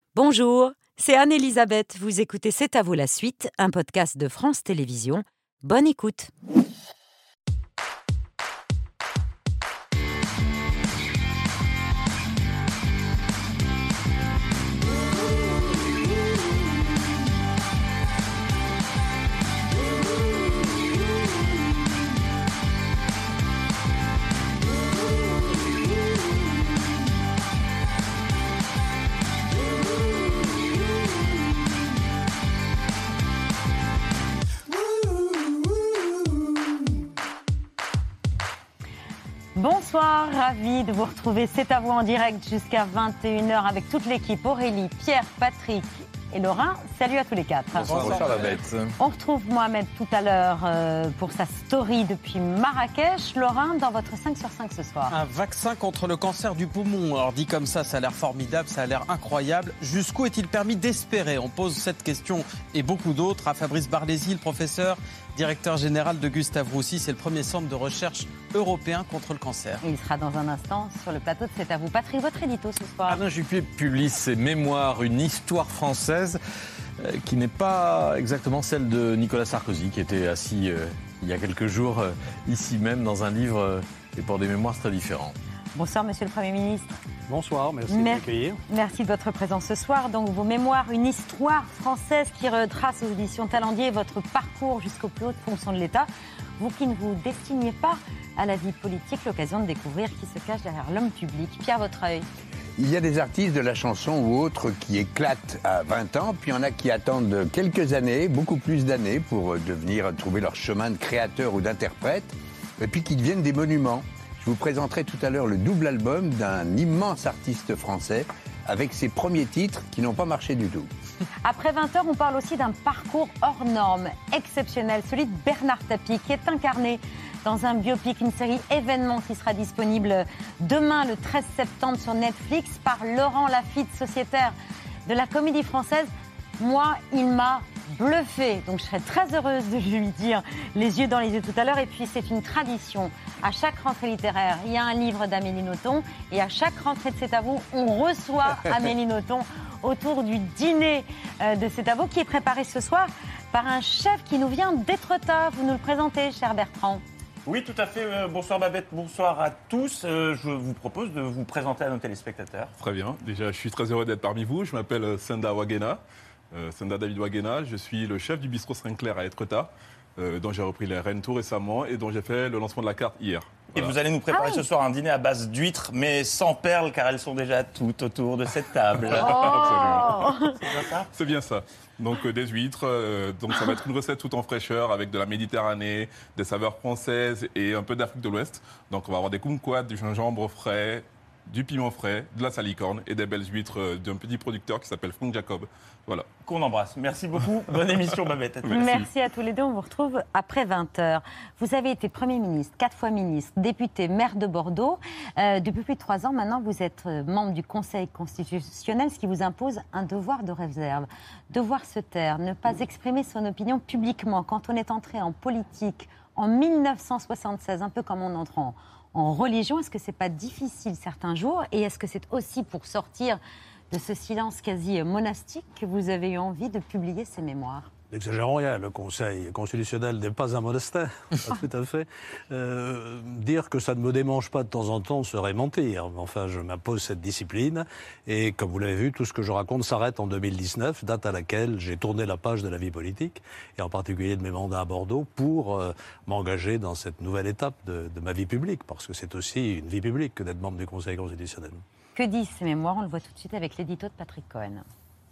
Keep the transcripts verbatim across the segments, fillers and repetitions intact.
Bonjour, c'est Anne-Elisabeth. Vous écoutez C'est à vous la suite, un podcast de France Télévisions. Bonne écoute. Bonsoir, ravi de vous retrouver. C'est à vous en direct jusqu'à vingt et une heures avec toute l'équipe. Aurélie, Pierre, Patrick et Laurent. Salut à tous les quatre. Bonsoir, bonsoir la bête. On retrouve Mohamed tout à l'heure euh, pour sa story depuis Marrakech. Laurent, dans votre cinq sur cinq ce soir. Un vaccin contre le cancer du poumon. Alors dit comme ça, ça a l'air formidable, ça a l'air incroyable. Jusqu'où est-il permis d'espérer? On pose cette question et beaucoup d'autres à Fabrice Barlési, le professeur, directeur général de Gustave Roussy. C'est le premier centre de recherche européen contre le cancer. Il sera dans un instant sur le plateau de C'est à vous. Patrick, votre édito ce soir. Alain Juppé publie ses mémoires, une histoire française euh, qui n'est pas exactement celle de Nicolas Sarkozy, qui était assis euh, il y a quelques jours euh, ici même dans un livre euh, et pour des mémoires très différents. Bonsoir, monsieur le Premier ministre. Bonsoir, merci Mer- de m'accueillir. Merci de votre présence ce soir. Donc, vos mémoires, une histoire française qui retrace aux éditions Talendier votre parcours jusqu'aux plus hautes fonctions de l'État. Vous qui ne vous destiniez pas à la vie politique, l'occasion de découvrir qui se cache derrière l'homme public. Pierre Vautreul. Il y a des artistes de la chanson ou autres qui éclatent à vingt ans, puis il y en a qui attendent quelques années, beaucoup plus d'années, pour devenir trouver leur chemin de créateur ou d'interprète, et puis qui deviennent des monuments. Je vous présenterai tout à l'heure le double album d'un immense artiste français avec ses premiers titres qui n'ont pas marché du tout. Après vingt heures, on parle aussi d'un parcours hors norme, exceptionnel, celui de Bernard Tapie, qui est incarné dans un biopic, une série événement qui sera disponible demain, le treize septembre, sur Netflix, par Laurent Lafitte, sociétaire de la Comédie Française. Moi, il m'a bluffé, donc je serais très heureuse de lui dire les yeux dans les yeux tout à l'heure. Et puis c'est une tradition, à chaque rentrée littéraire, il y a un livre d'Amélie Nothomb, et à chaque rentrée de C'est à vous, on reçoit Amélie Nothomb autour du dîner de C'est à vous, qui est préparé ce soir par un chef qui nous vient d'Étretat. Vous nous le présentez, cher Bertrand. Oui, tout à fait. Euh, bonsoir Babette, bonsoir à tous. Euh, je vous propose de vous présenter à nos téléspectateurs. Très bien. Déjà, je suis très heureux d'être parmi vous. Je m'appelle Senda Wagena. Euh, Senda David Wagena, je suis le chef du bistrot Saint-Clair à Étretat, euh, dont j'ai repris les rênes tout récemment et dont j'ai fait le lancement de la carte hier. Voilà. Et vous allez nous préparer ah oui. ce soir un dîner à base d'huîtres, mais sans perles, car elles sont déjà toutes autour de cette table. Oh Absolument. C'est bien ça. C'est bien ça. Donc euh, des huîtres, euh, donc ça va être une recette tout en fraîcheur avec de la Méditerranée, des saveurs françaises et un peu d'Afrique de l'Ouest. Donc on va avoir des kumquats, du gingembre frais, du piment frais, de la salicorne et des belles huîtres d'un petit producteur qui s'appelle Franck Jacob. Voilà. Qu'on embrasse. Merci beaucoup. Bonne émission, Babette. Merci. Merci à tous les deux. On vous retrouve après vingt heures. Vous avez été Premier ministre, quatre fois ministre, député, maire de Bordeaux. Euh, depuis plus de trois ans maintenant, vous êtes membre du Conseil constitutionnel, ce qui vous impose un devoir de réserve. Devoir se taire, ne pas exprimer son opinion publiquement. Quand on est entré en politique en mille neuf cent soixante-seize, un peu comme on entre en En religion, est-ce que c'est pas difficile certains jours? Et est-ce que c'est aussi pour sortir de ce silence quasi monastique que vous avez eu envie de publier ces mémoires? N'exagérons rien, le Conseil constitutionnel n'est pas un monastère, pas tout à fait. Euh, dire que ça ne me démange pas de temps en temps serait mentir. Enfin, je m'impose cette discipline et comme vous l'avez vu, tout ce que je raconte s'arrête en deux mille dix-neuf, date à laquelle j'ai tourné la page de la vie politique et en particulier de mes mandats à Bordeaux pour euh, m'engager dans cette nouvelle étape de, de ma vie publique, parce que c'est aussi une vie publique que d'être membre du Conseil constitutionnel. Que disent ces mémoires? On le voit tout de suite avec l'édito de Patrick Cohen.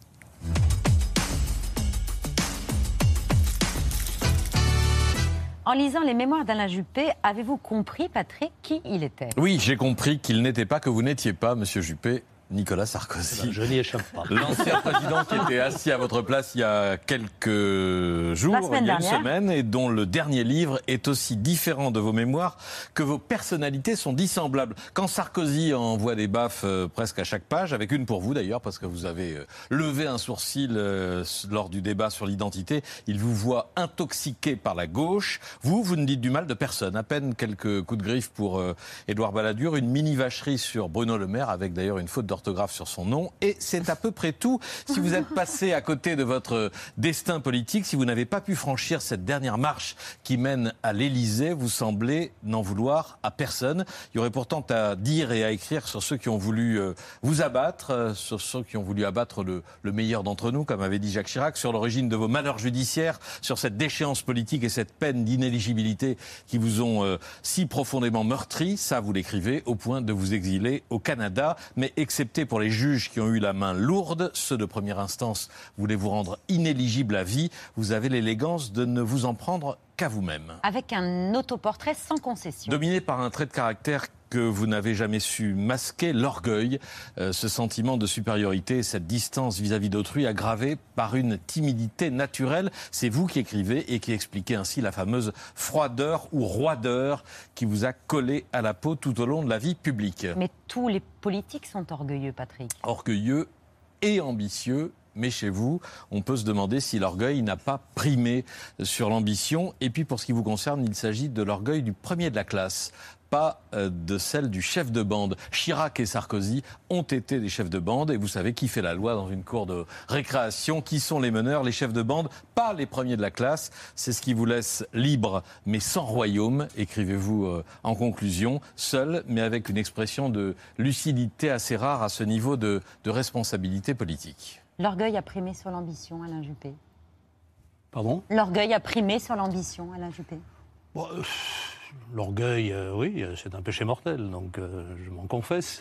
En lisant les mémoires d'Alain Juppé, avez-vous compris, Patrick, qui il était? Oui, j'ai compris qu'il n'était pas, que vous n'étiez pas, monsieur Juppé, Nicolas Sarkozy. Je n'y échappe pas. L'ancien président qui était assis à votre place il y a quelques jours, il y a une semaine, et dont le dernier livre est aussi différent de vos mémoires que vos personnalités sont dissemblables. Quand Sarkozy envoie des baffes euh, presque à chaque page, avec une pour vous d'ailleurs, parce que vous avez euh, levé un sourcil euh, lors du débat sur l'identité, il vous voit intoxiqué par la gauche. Vous, vous ne dites du mal de personne. À peine quelques coups de griffe pour euh, Édouard Balladur, une mini-vacherie sur Bruno Le Maire, avec d'ailleurs une faute d'orthographe d'orthographe sur son nom. Et c'est à peu près tout. Si vous êtes passé à côté de votre destin politique, si vous n'avez pas pu franchir cette dernière marche qui mène à l'Élysée, vous semblez n'en vouloir à personne. Il y aurait pourtant à dire et à écrire sur ceux qui ont voulu euh, vous abattre, euh, sur ceux qui ont voulu abattre le, le meilleur d'entre nous, comme avait dit Jacques Chirac, sur l'origine de vos malheurs judiciaires, sur cette déchéance politique et cette peine d'inéligibilité qui vous ont euh, si profondément meurtri. Ça, vous l'écrivez au point de vous exiler au Canada. Mais excepté pour les juges qui ont eu la main lourde, ceux de première instance voulaient vous rendre inéligible à vie. Vous avez l'élégance de ne vous en prendre qu'à vous-même. Avec un autoportrait sans concession. Dominé par un trait de caractère que vous n'avez jamais su masquer, l'orgueil, euh, ce sentiment de supériorité, cette distance vis-à-vis d'autrui aggravée par une timidité naturelle. C'est vous qui écrivez et qui expliquez ainsi la fameuse froideur ou roideur qui vous a collé à la peau tout au long de la vie publique. Mais tous les politiques sont orgueilleux, Patrick. Orgueilleux et ambitieux. Mais chez vous, on peut se demander si l'orgueil n'a pas primé sur l'ambition. Et puis pour ce qui vous concerne, il s'agit de l'orgueil du premier de la classe, pas de celle du chef de bande. Chirac et Sarkozy ont été des chefs de bande et vous savez qui fait la loi dans une cour de récréation, qui sont les meneurs, les chefs de bande, pas les premiers de la classe. C'est ce qui vous laisse libre mais sans royaume, écrivez-vous en conclusion, seul mais avec une expression de lucidité assez rare à ce niveau de, de responsabilité politique. L'orgueil a primé sur l'ambition, Alain Juppé. Pardon ? L'orgueil a primé sur l'ambition, Alain Juppé. Bon, euh, l'orgueil, euh, oui, c'est un péché mortel, donc euh, je m'en confesse.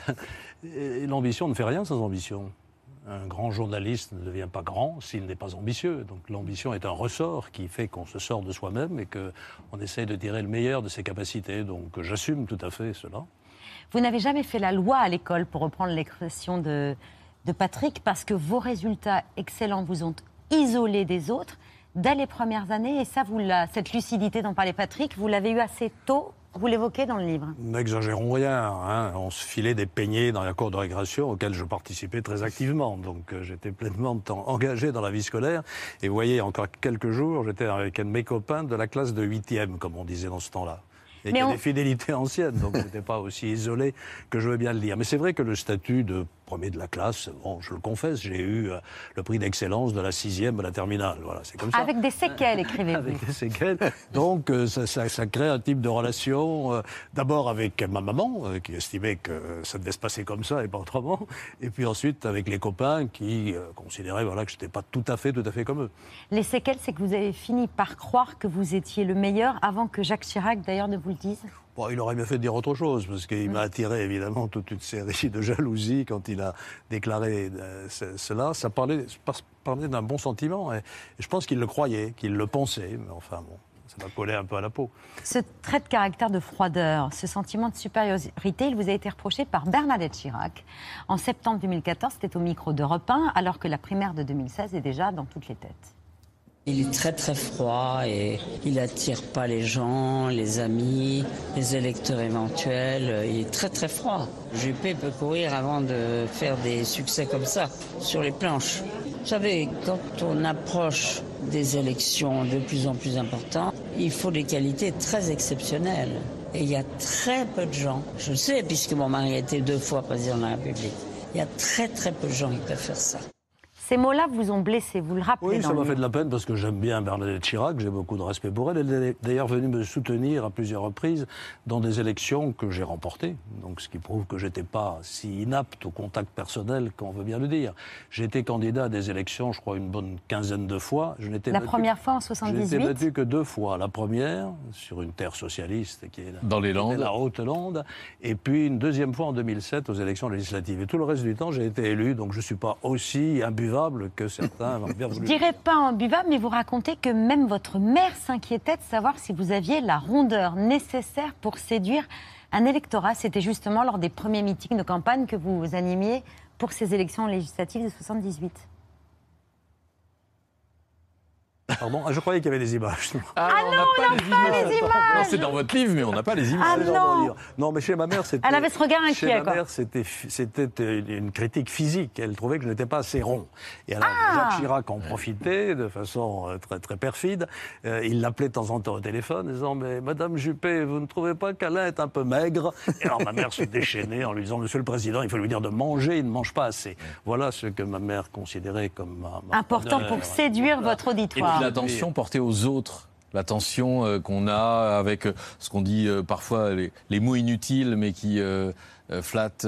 Et l'ambition ne fait rien sans ambition. Un grand journaliste ne devient pas grand s'il n'est pas ambitieux. Donc l'ambition est un ressort qui fait qu'on se sort de soi-même et qu'on essaye de tirer le meilleur de ses capacités. Donc j'assume tout à fait cela. Vous n'avez jamais fait la loi à l'école, pour reprendre l'expression de... de Patrick, parce que vos résultats excellents vous ont isolé des autres dès les premières années. Et ça, vous la, cette lucidité dont parlait Patrick, vous l'avez eu assez tôt, vous l'évoquez dans le livre. N'exagérons rien, hein. On se filait des peignets dans la cour de récréation auxquels je participais très activement. Donc euh, j'étais pleinement engagé dans la vie scolaire. Et vous voyez, encore quelques jours, j'étais avec un de mes copains de la classe de huitième, comme on disait dans ce temps-là. Et qu'il y a on... des fidélités anciennes, donc je n'étais pas aussi isolé que je veux bien le dire. Mais c'est vrai que le statut de premier de la classe, bon, je le confesse, j'ai eu euh, le prix d'excellence de la sixième à la terminale. Voilà, c'est comme ça. Avec des séquelles, écrivez-vous. Avec des séquelles. Donc euh, ça, ça, ça crée un type de relation, euh, d'abord avec ma maman, euh, qui estimait que ça devait se passer comme ça et pas autrement, et puis ensuite avec les copains qui euh, considéraient voilà, que je n'étais pas tout à fait, tout à fait comme eux. Les séquelles, c'est que vous avez fini par croire que vous étiez le meilleur avant que Jacques Chirac, d'ailleurs, ne vous le dise. Bon, il aurait bien fait de dire autre chose, parce qu'il m'a attiré évidemment toute une série de jalousies quand il a déclaré euh, cela. Ça parlait, parlait d'un bon sentiment, et, et je pense qu'il le croyait, qu'il le pensait, mais enfin bon, ça m'a collé un peu à la peau. Ce trait de caractère de froideur, ce sentiment de supériorité, il vous a été reproché par Bernadette Chirac. En septembre deux mille quatorze, c'était au micro d'Europe un, alors que la primaire de deux mille seize est déjà dans toutes les têtes. Il est très très froid et il n'attire pas les gens, les amis, les électeurs éventuels. Il est très très froid. Juppé peut courir avant de faire des succès comme ça sur les planches. Vous savez, quand on approche des élections de plus en plus importantes, il faut des qualités très exceptionnelles. Et il y a très peu de gens, je le sais puisque mon mari a été deux fois président de la République, il y a très très peu de gens qui peuvent faire ça. Ces mots-là vous ont blessé, vous le rappelez. Oui, dans ça m'a le... fait de la peine parce que j'aime bien Bernadette Chirac, j'ai beaucoup de respect pour elle. Elle est d'ailleurs venue me soutenir à plusieurs reprises dans des élections que j'ai remportées. Donc, ce qui prouve que j'étais pas si inapte au contact personnel qu'on veut bien le dire. J'ai été candidat à des élections, je crois, une bonne quinzaine de fois. Je n'étais la battu, première fois en soixante-dix-huit. Je n'étais battu que deux fois. La première, sur une terre socialiste qui est la, dans les Landes. la Haute-Lande. Et puis une deuxième fois en deux mille sept aux élections législatives. Et tout le reste du temps, j'ai été élu. Donc, je ne suis pas aussi imbuvable que certains. Je ne dirais pas imbuvable, mais vous racontez que même votre mère s'inquiétait de savoir si vous aviez la rondeur nécessaire pour séduire un électorat. C'était justement lors des premiers meetings de campagne que vous animiez pour ces élections législatives de soixante-dix-huit. Pardon, ah, je croyais qu'il y avait des images. Ah, ah non, on n'a pas, pas les images. Non, c'est dans votre livre, mais on n'a pas les images. Ah non. Non, mais chez ma mère, c'était... Elle avait ce regard inquiet, Chez ma quoi. mère, c'était, c'était une critique physique. Elle trouvait que je n'étais pas assez rond. Et alors, Ah. Jacques Chirac en profitait de façon euh, très, très perfide. Euh, il l'appelait de temps en temps au téléphone, disant « Mais Madame Juppé, vous ne trouvez pas qu'Alain est un peu maigre ?» Et alors, ma mère se déchaînait en lui disant « Monsieur le Président, il faut lui dire de manger, il ne mange pas assez. » Voilà ce que ma mère considérait comme... Ma, ma important honneur. pour séduire Voilà. votre auditoire. Et puis l'attention portée aux autres. L'attention euh, qu'on a avec euh, ce qu'on dit euh, parfois les, les mots inutiles, mais qui euh, euh, flattent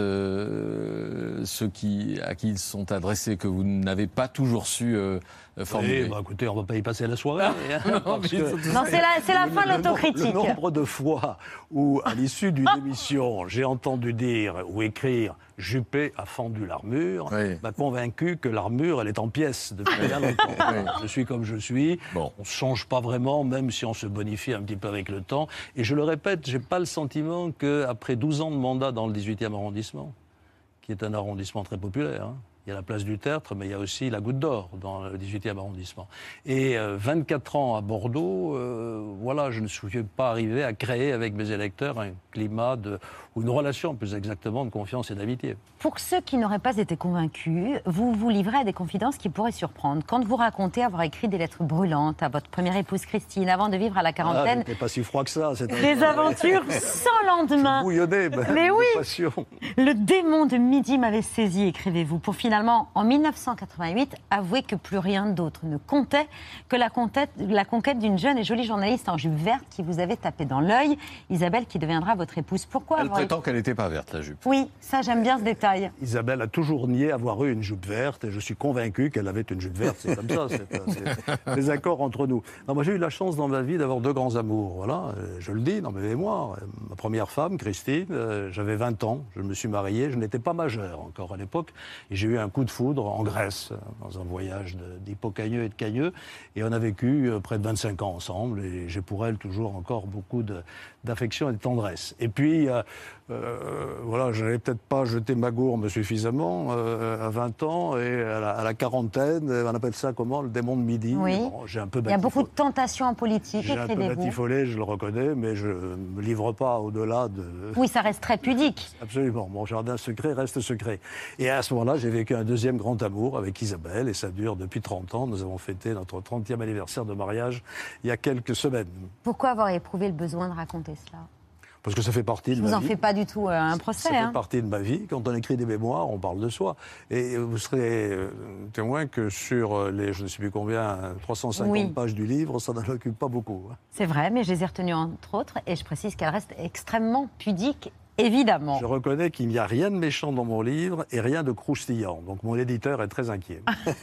euh, ceux qui, à qui ils sont adressés, que vous n'avez pas toujours su euh, formuler. Oui, bah, écoutez, on ne va pas y passer la soirée. Hein, non, parce que Non, c'est la, c'est la le- fin de le- l'autocritique. Le nombre de fois où, à l'issue d'une émission, j'ai entendu dire ou écrire « Juppé a fendu l'armure Oui. », m'a convaincu que l'armure, elle est en pièces depuis bien longtemps. Je suis comme je suis. Bon. On ne change pas vraiment, même si on se bonifie un petit peu avec le temps. Et je le répète, je n'ai pas le sentiment qu'après douze ans de mandat dans le dix-huitième arrondissement, qui est un arrondissement très populaire, hein, il y a la place du Tertre, mais il y a aussi la Goutte d'Or dans le dix-huitième arrondissement. Et euh, vingt-quatre ans à Bordeaux, euh, voilà, je ne suis pas arrivé à créer avec mes électeurs un climat de, ou une relation plus exactement de confiance et d'amitié. Pour ceux qui n'auraient pas été convaincus, vous vous livrez à des confidences qui pourraient surprendre. Quand vous racontez avoir écrit des lettres brûlantes à votre première épouse Christine avant de vivre à la Ah, quarantaine, c'était pas si froid que ça. C'était des aventures sans lendemain. bouillonnais, ben, Mais de oui. passion. Le démon de midi m'avait saisi, écrivez-vous, pour finalement, en mille neuf cent quatre-vingt-huit, avouer que plus rien d'autre ne comptait que la conquête, la conquête d'une jeune et jolie journaliste en jupe verte qui vous avait tapé dans l'œil, Isabelle, qui deviendra votre épouse. Pourquoi Elle avoir... prétend qu'elle n'était pas verte, la jupe. Oui, ça j'aime bien ce détail. Isabelle a toujours nié avoir eu une jupe verte et je suis convaincu qu'elle avait une jupe verte. C'est comme ça, c'est, c'est des accords entre nous. Non, moi j'ai eu la chance dans ma vie d'avoir deux grands amours. Voilà, je le dis dans mes mémoires. Ma première femme, Christine, euh, j'avais vingt ans, je me suis marié, je n'étais pas majeur encore à l'époque et j'ai eu un coup de foudre en Grèce dans un voyage de, d'Hippocagneux et de Cagneux et on a vécu euh, près de vingt-cinq ans ensemble et j'ai pour elle toujours encore beaucoup de, d'affection et de tendresse. Et puis, euh, euh, voilà, je n'avais peut-être pas jeté ma gourme suffisamment euh, à vingt ans et à la, à la quarantaine, on appelle ça comment, le démon de midi. Oui. Bon, j'ai un peu Il y a beaucoup de batifolé. tentations en politique, J'ai un peu écrivez-vous. batifolé, je le reconnais, mais je ne me livre pas au-delà de... Oui, ça reste très pudique. Absolument. Mon jardin secret reste secret. Et à ce moment-là, j'ai vécu un deuxième grand amour avec Isabelle, et ça dure depuis trente ans. Nous avons fêté notre trentième anniversaire de mariage il y a quelques semaines. Pourquoi avoir éprouvé le besoin de raconter cela? Parce que ça fait partie de Je ma vous en vie. fais pas du tout euh, un procès. Ça fait hein. partie de ma vie. Quand on écrit des mémoires, on parle de soi. Et vous serez euh, témoin que sur les, je ne sais plus combien, trois cent cinquante Oui. pages du livre, ça n'en occupe pas beaucoup. hein. C'est vrai, mais je les ai retenues entre autres, et je précise qu'elles restent extrêmement pudiques, évidemment. Je reconnais qu'il n'y a rien de méchant dans mon livre et rien de croustillant. Donc mon éditeur est très inquiet.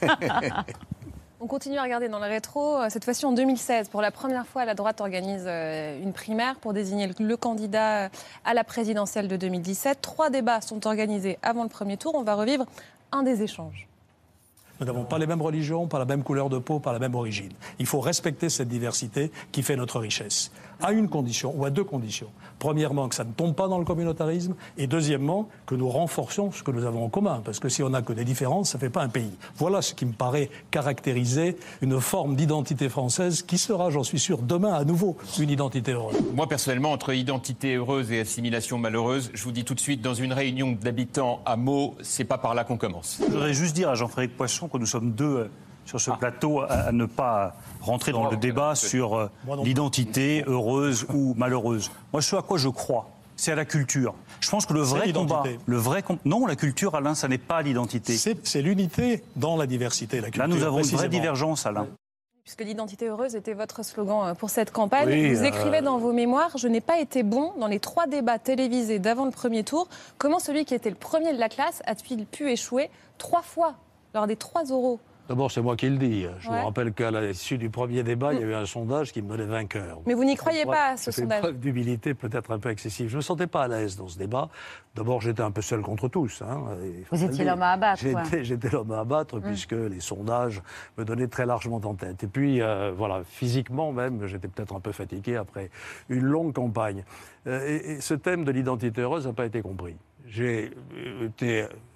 On continue à regarder dans le rétro. Cette fois-ci, en deux mille seize, pour la première fois, la droite organise euh, une primaire pour désigner le, le candidat à la présidentielle de deux mille dix-sept. Trois débats sont organisés avant le premier tour. On va revivre un des échanges. Nous n'avons pas les mêmes religions, pas la même couleur de peau, pas la même origine. Il faut respecter cette diversité qui fait notre richesse. À une condition, ou à deux conditions. Premièrement, que ça ne tombe pas dans le communautarisme. Et deuxièmement, que nous renforcions ce que nous avons en commun. Parce que si on n'a que des différences, ça ne fait pas un pays. Voilà ce qui me paraît caractériser une forme d'identité française qui sera, j'en suis sûr, demain à nouveau une identité heureuse. Moi, personnellement, entre identité heureuse et assimilation malheureuse, je vous dis tout de suite, dans une réunion d'habitants à Meaux, c'est pas par là qu'on commence. Je voudrais juste dire à Jean-Frédéric Poisson que nous sommes deux euh, sur ce plateau à, à ne pas rentrer dans le débat sur euh, l'identité heureuse ou malheureuse. Moi, ce à quoi je crois, c'est à la culture. Je pense que le C'est vrai combat... l'identité. Le vrai com- non, la culture, Alain, ça n'est pas l'identité. C'est, c'est l'unité dans la diversité. La culture, Là, nous avons une vraie précisément. divergence, Alain. Puisque l'identité heureuse était votre slogan pour cette campagne. Oui, Vous euh, écrivez dans vos mémoires « Je n'ai pas été bon dans les trois débats télévisés d'avant le premier tour. Comment celui qui était le premier de la classe a-t-il pu échouer trois fois lors des trois oraux ?» D'abord, c'est moi qui le dis. Je Ouais. vous rappelle qu'à l'issue du premier débat, il y a eu un sondage qui me donnait vainqueur. Mais vous n'y croyez Je fais pas à preuve- ce je fais sondage. preuve d'humilité peut-être un peu excessive. Je ne me sentais pas à l'aise dans ce débat. D'abord, j'étais un peu seul contre tous. hein, il faut Vous le étiez dire. l'homme à abattre, quoi. J'étais, j'étais l'homme à abattre puisque les sondages me donnaient très largement en tête. Et puis, euh, voilà, physiquement même, j'étais peut-être un peu fatigué après une longue campagne. Euh, et, et ce thème de l'identité heureuse n'a pas été compris. J'ai été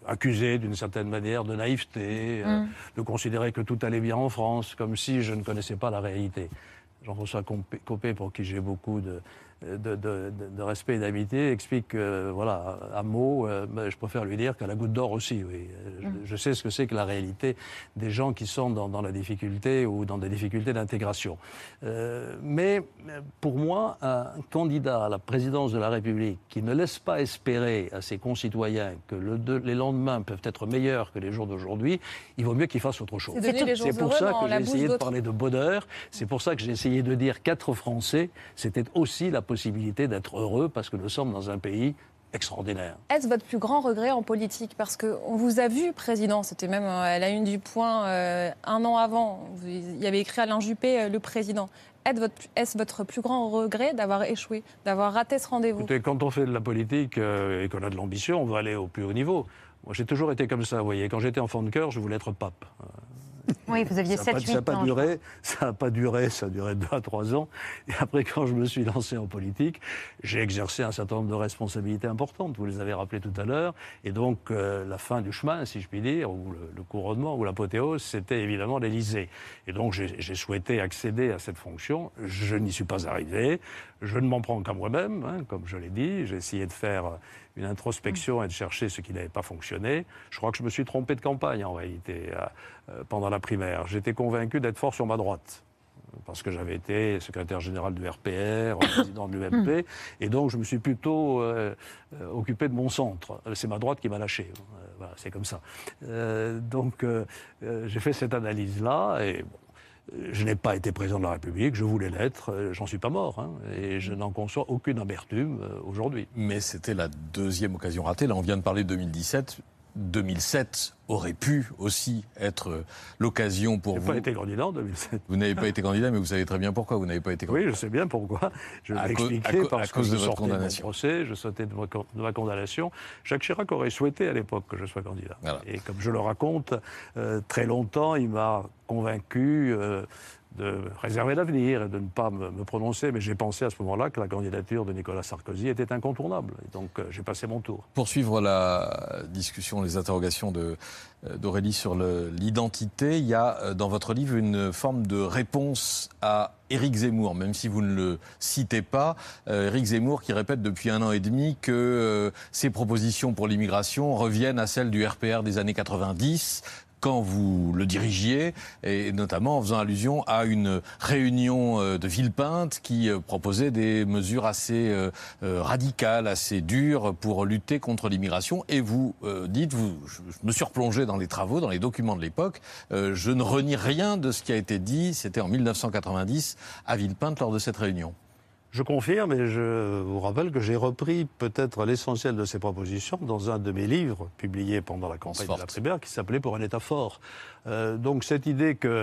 accusé d'une certaine manière de naïveté, mm. euh, de considérer que tout allait bien en France, comme si je ne connaissais pas la réalité. Jean-François Copé, pour qui j'ai beaucoup de, de, de, de respect et d'amitié, explique que, voilà, à Meaux, euh, je préfère lui dire qu'à la Goutte d'Or aussi, oui. Je, je sais ce que c'est que la réalité des gens qui sont dans, dans la difficulté ou dans des difficultés d'intégration. Euh, mais pour moi, un candidat à la présidence de la République qui ne laisse pas espérer à ses concitoyens que le, de, les lendemains peuvent être meilleurs que les jours d'aujourd'hui, il vaut mieux qu'il fasse autre chose. C'est, c'est pour ça que j'ai essayé de parler de bonheur, c'est pour ça que j'ai essayé de dire qu'être Français, c'était aussi la possibilité d'être heureux parce que nous sommes dans un pays extraordinaire. Est-ce votre plus grand regret en politique? Parce qu'on vous a vu président, c'était même à la une du Point euh, un an avant. Il y avait écrit Alain Juppé, euh, le président. Est-ce votre, est-ce votre plus grand regret d'avoir échoué, d'avoir raté ce rendez-vous? Écoutez, quand on fait de la politique euh, et qu'on a de l'ambition, on va aller au plus haut niveau. Moi, j'ai toujours été comme ça, vous voyez. Quand j'étais enfant de cœur, je voulais être pape. Oui, vous aviez sept huit ans. Ça n'a pas duré, ça n'a pas duré, ça a duré deux à trois ans. Et après, quand je me suis lancé en politique, j'ai exercé un certain nombre de responsabilités importantes, vous les avez rappelées tout à l'heure. Et donc, euh, la fin du chemin, si je puis dire, ou le, le couronnement, ou l'apothéose, c'était évidemment l'Élysée. Et donc, j'ai, j'ai souhaité accéder à cette fonction. Je n'y suis pas arrivé. Je ne m'en prends qu'à moi-même, hein, comme je l'ai dit. J'ai essayé de faire une introspection et de chercher ce qui n'avait pas fonctionné. Je crois que je me suis trompé de campagne, en réalité, euh, pendant la primaire. J'étais convaincu d'être fort sur ma droite, parce que j'avais été secrétaire général du R P R, président de l'U M P, et donc je me suis plutôt euh, euh, occupé de mon centre. C'est ma droite qui m'a lâché. Euh, voilà, c'est comme ça. Euh, donc euh, euh, j'ai fait cette analyse-là, et bon, je n'ai pas été président de la République, je voulais l'être, j'en suis pas mort, hein, et je n'en conçois aucune amertume euh, aujourd'hui. Mais c'était la deuxième occasion ratée, là on vient de parler de deux mille dix-sept, deux mille sept aurait pu aussi être l'occasion pour vous... vous... Je n'ai pas été candidat en deux mille sept. Vous n'avez pas été candidat, mais vous savez très bien pourquoi vous n'avez pas été candidat. Oui, je sais bien pourquoi. Je vais expliquer, parce à que cause je de votre condamnation. De mon procès, je sortais de ma, de ma condamnation. Jacques Chirac aurait souhaité à l'époque que je sois candidat. Voilà. Et comme je le raconte, euh, très longtemps, il m'a convaincu... Euh, de réserver l'avenir et de ne pas me, me prononcer. Mais j'ai pensé à ce moment-là que la candidature de Nicolas Sarkozy était incontournable. Et donc euh, j'ai passé mon tour. Pour suivre la discussion, les interrogations de, d'Aurélie sur le, l'identité, il y a dans votre livre une forme de réponse à Éric Zemmour, même si vous ne le citez pas. Euh, Éric Zemmour qui répète depuis un an et demi que euh, ses propositions pour l'immigration reviennent à celles du R P R des années quatre-vingt-dix, quand vous le dirigiez, et notamment en faisant allusion à une réunion de Villepinte qui proposait des mesures assez radicales, assez dures pour lutter contre l'immigration. Et vous dites, vous, je me suis replongé dans les travaux, dans les documents de l'époque, je ne renie rien de ce qui a été dit, c'était en mille neuf cent quatre-vingt-dix, à Villepinte lors de cette réunion. Je confirme et je vous rappelle que j'ai repris peut-être l'essentiel de ces propositions dans un de mes livres publiés pendant la campagne de la primaire qui s'appelait « Pour un État fort euh, ». Donc cette idée que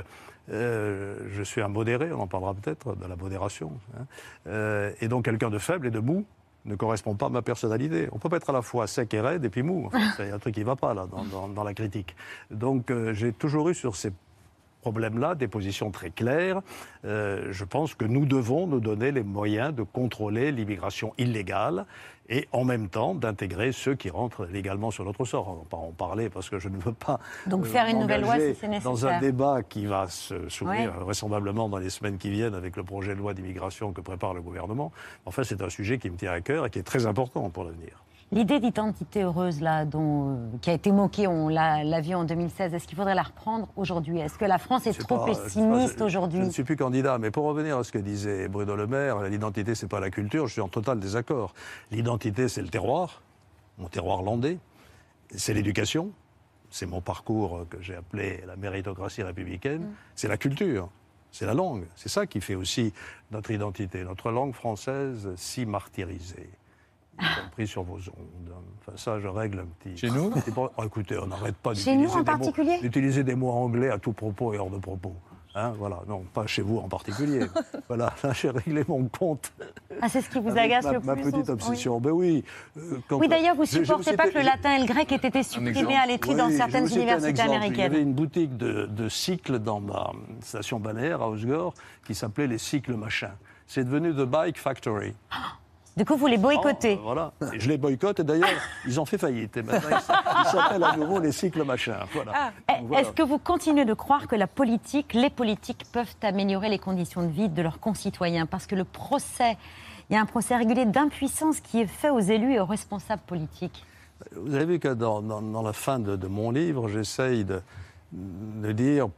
euh, je suis un modéré, on en parlera peut-être, de la modération, hein, euh, et donc quelqu'un de faible et de mou, ne correspond pas à ma personnalité. On ne peut pas être à la fois sec et raide et puis mou. Enfin, il y a un truc qui ne va pas là dans, dans, dans la critique. Donc euh, j'ai toujours eu sur ces problème-là, des positions très claires. Euh, je pense que nous devons nous donner les moyens de contrôler l'immigration illégale et en même temps d'intégrer ceux qui rentrent légalement sur notre sort. On va pas en parler parce que je ne veux pas donc euh, faire une nouvelle loi si c'est nécessaire. Dans un débat qui va se s'ouvrir oui. vraisemblablement dans les semaines qui viennent avec le projet de loi d'immigration que prépare le gouvernement. Enfin, c'est un sujet qui me tient à cœur et qui est très important pour l'avenir. L'idée d'identité heureuse, là, dont, euh, qui a été moquée, on l'a, l'a vu en deux mille seize, est-ce qu'il faudrait la reprendre aujourd'hui? Est-ce que la France est, est trop pas, pessimiste aujourd'hui? Je ne suis plus candidat, mais pour revenir à ce que disait Bruno Le Maire, l'identité, c'est pas la culture, je suis en total désaccord. L'identité, c'est le terroir, mon terroir landais, c'est l'éducation, c'est mon parcours que j'ai appelé la méritocratie républicaine, mmh. c'est la culture. C'est la langue, c'est ça qui fait aussi notre identité, notre langue française si martyrisée. Y compris sur vos ondes. Enfin, ça, je règle un petit... Chez nous oh, écoutez, on n'arrête pas d'utiliser des, mots, d'utiliser des mots anglais à tout propos et hors de propos. Hein, voilà, non, pas chez vous en particulier. Voilà, là, j'ai réglé mon compte. Ah, c'est ce qui vous agace ma, le ma plus? Ma petite obsession, oui. Ben oui. Euh, quand oui, d'ailleurs, vous ne supportez pas que le latin et le grec aient été supprimés à l'étude oui, dans certaines universités américaines. Il y avait une boutique de, de cycles dans ma station balnéaire à Osgore qui s'appelait les cycles machins. C'est devenu The Bike Factory. Du coup, vous les boycottez. Oh, voilà. Et je les boycotte et d'ailleurs, ils ont fait faillite. Et maintenant, ils s'appellent à nouveau les cycles machins. Voilà. Ah. Voilà. Est-ce que vous continuez de croire que la politique, les politiques peuvent améliorer les conditions de vie de leurs concitoyens? Parce que le procès, il y a un procès régulier d'impuissance qui est fait aux élus et aux responsables politiques. Vous avez vu que dans, dans, dans la fin de, de mon livre, j'essaye de, de dire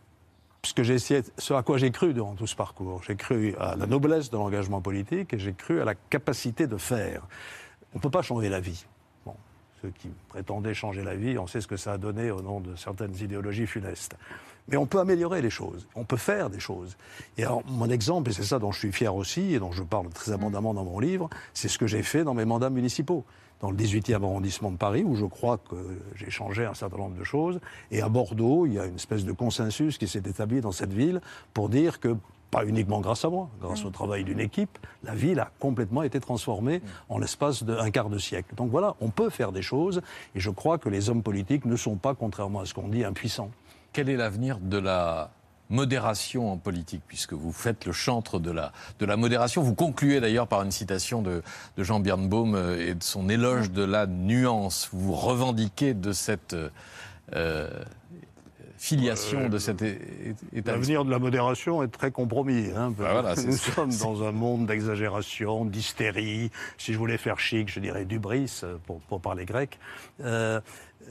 ce, que j'ai essayé, ce à quoi j'ai cru durant tout ce parcours. J'ai cru à la noblesse de l'engagement politique et j'ai cru à la capacité de faire. On ne peut pas changer la vie. Bon, ceux qui prétendaient changer la vie, on sait ce que ça a donné au nom de certaines idéologies funestes. Mais on peut améliorer les choses, on peut faire des choses. Et alors, mon exemple, et c'est ça dont je suis fier aussi, et dont je parle très abondamment dans mon livre, c'est ce que j'ai fait dans mes mandats municipaux. Dans le dix-huitième arrondissement de Paris, où je crois que j'ai changé un certain nombre de choses. Et à Bordeaux, il y a une espèce de consensus qui s'est établi dans cette ville pour dire que, pas uniquement grâce à moi, grâce au travail d'une équipe, la ville a complètement été transformée en l'espace d'un quart de siècle. Donc voilà, on peut faire des choses, et je crois que les hommes politiques ne sont pas, contrairement à ce qu'on dit, impuissants. Quel est l'avenir de la modération en politique, puisque vous faites le chantre de la, de la modération? Vous concluez d'ailleurs par une citation de, de Jean Birnbaum et de son éloge de la nuance. Vous revendiquez de cette euh, filiation, euh, de cet état. L'avenir de la modération est très compromis. Hein, bah voilà, nous sommes dans un monde d'exagération, d'hystérie. Si je voulais faire chic, je dirais d'hubris, pour, pour parler grec. Euh,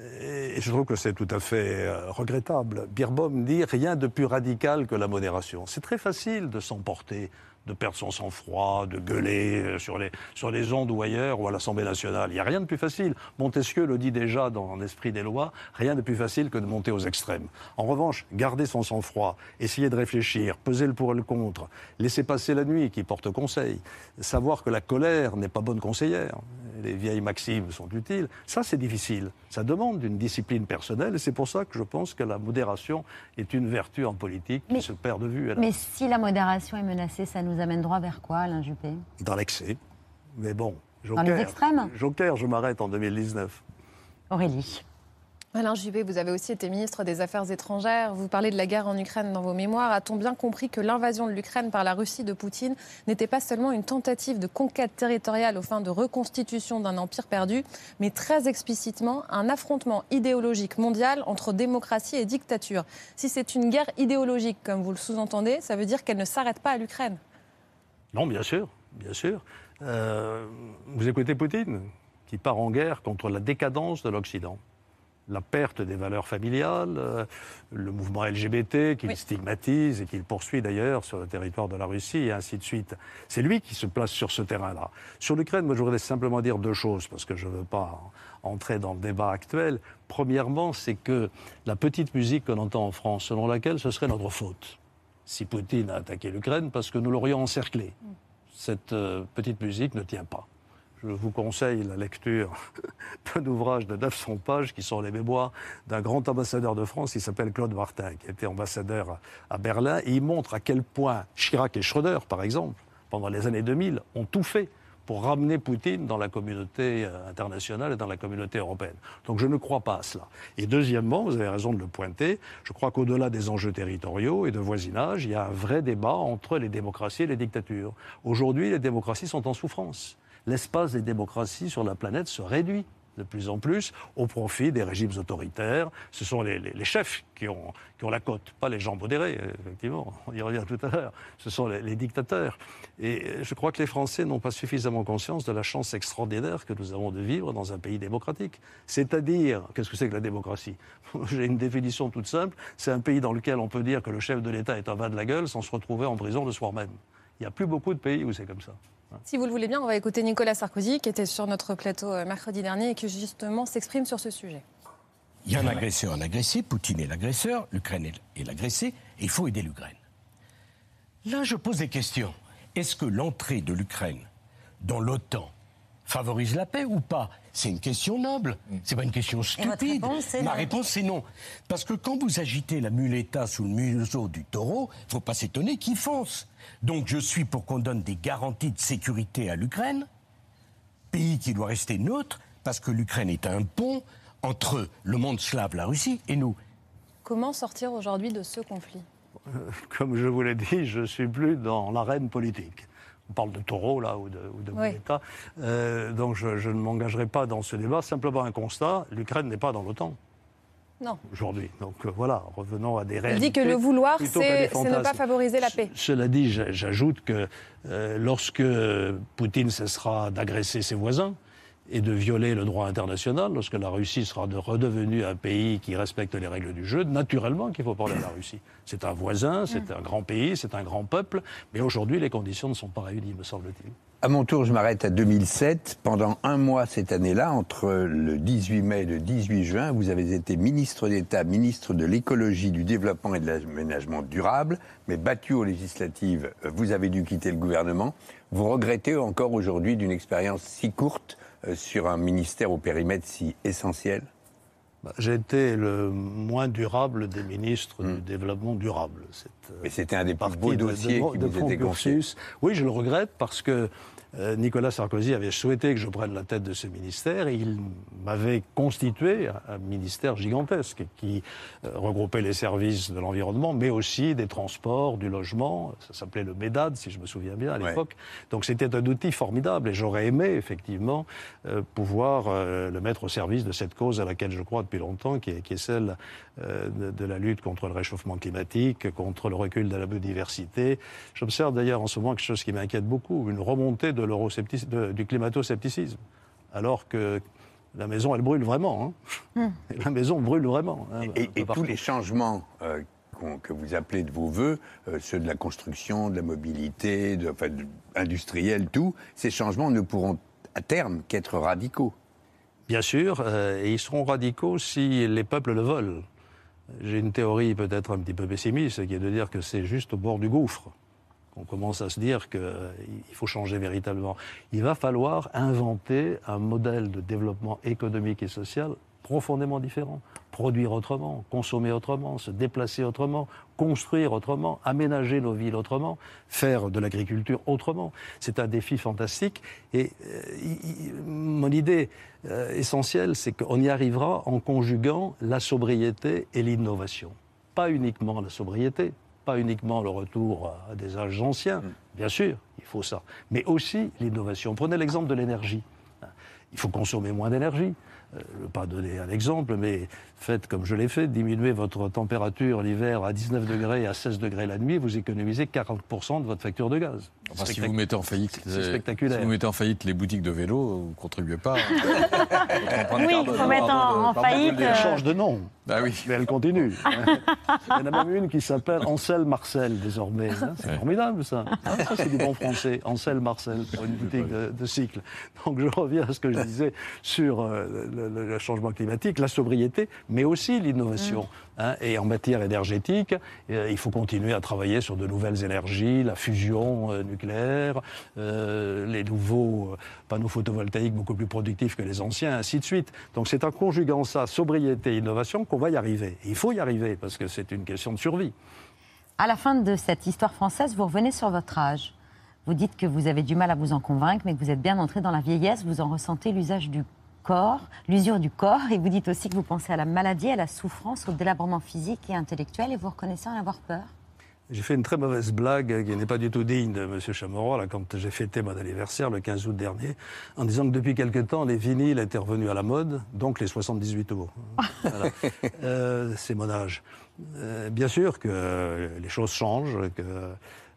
Et je trouve que c'est tout à fait regrettable. Birnbaum dit rien de plus radical que la modération. C'est très facile de s'emporter, de perdre son sang-froid, de gueuler sur les, sur les ondes ou ailleurs ou à l'Assemblée nationale. Il n'y a rien de plus facile. Montesquieu le dit déjà dans l'esprit des lois, rien de plus facile que de monter aux extrêmes. En revanche, garder son sang-froid, essayer de réfléchir, peser le pour et le contre, laisser passer la nuit qui porte conseil, savoir que la colère n'est pas bonne conseillère, les vieilles maximes sont utiles, ça c'est difficile. Ça demande une discipline personnelle et c'est pour ça que je pense que la modération est une vertu en politique qui mais, se perd de vue. Mais si la modération est menacée, ça nous amène droit vers quoi, Alain Juppé? Dans l'excès. Mais bon, Joker, dans les extrêmes Joker, je m'arrête en deux mille dix-neuf. Aurélie. Alain Juppé, vous avez aussi été ministre des Affaires étrangères. Vous parlez de la guerre en Ukraine dans vos mémoires. A-t-on bien compris que l'invasion de l'Ukraine par la Russie de Poutine n'était pas seulement une tentative de conquête territoriale aux fins de reconstitution d'un empire perdu, mais très explicitement un affrontement idéologique mondial entre démocratie et dictature? Si c'est une guerre idéologique, comme vous le sous-entendez, ça veut dire qu'elle ne s'arrête pas à l'Ukraine. Non, bien sûr, bien sûr. Euh, vous écoutez Poutine, qui part en guerre contre la décadence de l'Occident. La perte des valeurs familiales, euh, le mouvement L G B T qu'il oui. stigmatise et qu'il poursuit d'ailleurs sur le territoire de la Russie et ainsi de suite. C'est lui qui se place sur ce terrain-là. Sur l'Ukraine, moi je voudrais simplement dire deux choses parce que je ne veux pas entrer dans le débat actuel. Premièrement, c'est que la petite musique qu'on entend en France, selon laquelle ce serait notre faute si Poutine a attaqué l'Ukraine parce que nous l'aurions encerclé. Cette euh, petite musique ne tient pas. Je vous conseille la lecture d'un ouvrage de neuf cents pages qui sont les mémoires d'un grand ambassadeur de France qui s'appelle Claude Martin, qui était ambassadeur à Berlin. Et il montre à quel point Chirac et Schröder, par exemple, pendant les années deux mille, ont tout fait pour ramener Poutine dans la communauté internationale et dans la communauté européenne. Donc je ne crois pas à cela. Et deuxièmement, vous avez raison de le pointer, je crois qu'au-delà des enjeux territoriaux et de voisinage, il y a un vrai débat entre les démocraties et les dictatures. Aujourd'hui, les démocraties sont en souffrance. L'espace des démocraties sur la planète se réduit de plus en plus au profit des régimes autoritaires. Ce sont les, les, les chefs qui ont, qui ont la cote, pas les gens modérés, effectivement, on y revient tout à l'heure. Ce sont les, les dictateurs. Et je crois que les Français n'ont pas suffisamment conscience de la chance extraordinaire que nous avons de vivre dans un pays démocratique. C'est-à-dire, qu'est-ce que c'est que la démocratie? J'ai une définition toute simple, c'est un pays dans lequel on peut dire que le chef de l'État est un vin de la gueule sans se retrouver en prison le soir même. Il n'y a plus beaucoup de pays où c'est comme ça. Si vous le voulez bien, on va écouter Nicolas Sarkozy, qui était sur notre plateau mercredi dernier et qui justement s'exprime sur ce sujet. Il y a un agresseur, un agressé, Poutine est l'agresseur, l'Ukraine est l'agressé, et il faut aider l'Ukraine. Là, je pose des questions. Est-ce que l'entrée de l'Ukraine dans l'OTAN favorise la paix ou pas? C'est une question noble, c'est pas une question stupide. Réponse, Ma réponse, c'est non. Parce que quand vous agitez la muleta sous le museau du taureau, il ne faut pas s'étonner qu'il fonce. Donc je suis pour qu'on donne des garanties de sécurité à l'Ukraine, pays qui doit rester neutre, parce que l'Ukraine est un pont entre le monde slave, la Russie, et nous. Comment sortir aujourd'hui de ce conflit? Comme je vous l'ai dit, je ne suis plus dans l'arène politique. On parle de taureau, là, ou de, ou de Oui. État. Euh, donc, je, je ne m'engagerai pas dans ce débat. Simplement un constat, l'Ukraine n'est pas dans l'OTAN. Non. Aujourd'hui. Donc, euh, voilà, revenons à des Il réalités. dit que le vouloir, plutôt qu'à des c'est c'est ne pas fantasmes. favoriser la paix. Cela dit, j'a- j'ajoute que euh, lorsque Poutine cessera d'agresser ses voisins et de violer le droit international, lorsque la Russie sera de redevenue un pays qui respecte les règles du jeu, naturellement qu'il faut parler à la Russie. C'est un voisin, c'est un grand pays, c'est un grand peuple, mais aujourd'hui, les conditions ne sont pas réunies, me semble-t-il. À mon tour, je m'arrête à deux mille sept. Pendant un mois cette année-là, entre le dix-huit mai et le dix-huit juin, vous avez été ministre d'État, ministre de l'écologie, du développement et de l'aménagement durable, mais battu aux législatives, vous avez dû quitter le gouvernement. Vous regrettez encore aujourd'hui d'une expérience si courte euh, sur un ministère au périmètre si essentiel ? Bah, j'ai été le moins durable des ministres Mmh. du développement durable. C'est, euh, Mais c'était un des plus partie beaux de- dossiers de, qui de vous mon était confié. cursus. Oui, je le regrette parce que euh, Nicolas Sarkozy avait souhaité que je prenne la tête de ce ministère et il m'avait constitué un, un ministère gigantesque qui euh, regroupait les services de l'environnement, mais aussi des transports, du logement. Ça s'appelait le MEDAD, si je me souviens bien, à Ouais. l'époque. Donc c'était un outil formidable et j'aurais aimé, effectivement, euh, pouvoir euh, le mettre au service de cette cause à laquelle je crois depuis longtemps, qui est, qui est celle euh, de, de la lutte contre le réchauffement climatique, contre le recul de la biodiversité. J'observe d'ailleurs en ce moment quelque chose qui m'inquiète beaucoup, une remontée de l'euroscepticisme, de- du climato-scepticisme, alors que la maison, elle brûle vraiment. Hein. Et la maison brûle vraiment. Hein, Et, un peu et partout. tous les changements euh, qu'on- que vous appelez de vos voeux, euh, ceux de la construction, de la mobilité, de, enfin, de- industrielle, tout, ces changements ne pourront à terme qu'être radicaux. Bien sûr, euh, et ils seront radicaux si les peuples le veulent. J'ai une théorie peut-être un petit peu pessimiste, qui est de dire que c'est juste au bord du gouffre qu'on commence à se dire qu'il faut changer véritablement. Il va falloir inventer un modèle de développement économique et social profondément différent. Produire autrement, consommer autrement, se déplacer autrement, construire autrement, aménager nos villes autrement, faire de l'agriculture autrement. C'est un défi fantastique. Et euh, il- il- mon idée euh, essentielle, c'est qu'on y arrivera en conjuguant la sobriété et l'innovation. Pas uniquement la sobriété, pas uniquement le retour à des âges anciens, bien sûr, il faut ça, mais aussi l'innovation. Prenez l'exemple de l'énergie. Il faut consommer moins d'énergie. Euh, je ne veux pas donner un exemple, mais faites comme je l'ai fait, diminuez votre température l'hiver à dix-neuf degrés et à seize degrés la nuit, vous économisez quarante pour cent de votre facture de gaz. Enfin, si Spectac- vous mettez en faillite, c'est spectaculaire. Si vous mettez en faillite les boutiques de vélo, vous ne contribuez pas. Oui, il faut mettre en, en faillite. Elle euh, change de nom, Ah oui. mais elle continue. Il y en a même une qui s'appelle Ansel Marcel désormais. hein. C'est formidable ça. Hein, ça c'est du bon français. Ansel Marcel pour une boutique de, de cycle. Donc je reviens à ce que je disais sur euh, le, le- le changement climatique, la sobriété, mais aussi l'innovation. hein. Et en matière énergétique, euh, il faut continuer à travailler sur de nouvelles énergies, la fusion euh, nucléaire, euh, les nouveaux euh, panneaux photovoltaïques beaucoup plus productifs que les anciens, ainsi de suite. Donc c'est en conjuguant ça, sobriété et innovation, qu'on va y arriver. Et il faut y arriver, parce que c'est une question de survie. À la fin de cette histoire française, vous revenez sur votre âge. Vous dites que vous avez du mal à vous en convaincre, mais que vous êtes bien entré dans la vieillesse, vous en ressentez l'usage du corps, l'usure du corps, et vous dites aussi que vous pensez à la maladie, à la souffrance, au délabrement physique et intellectuel, et vous reconnaissez en avoir peur. J'ai fait une très mauvaise blague qui n'est pas du tout digne de M. Chamorro, là, quand j'ai fêté mon anniversaire le quinze août dernier, en disant que depuis quelque temps, les vinyles étaient revenus à la mode, donc les soixante-dix-huit tours. Voilà. Euh, c'est mon âge. Euh, bien sûr que euh, les choses changent, que euh,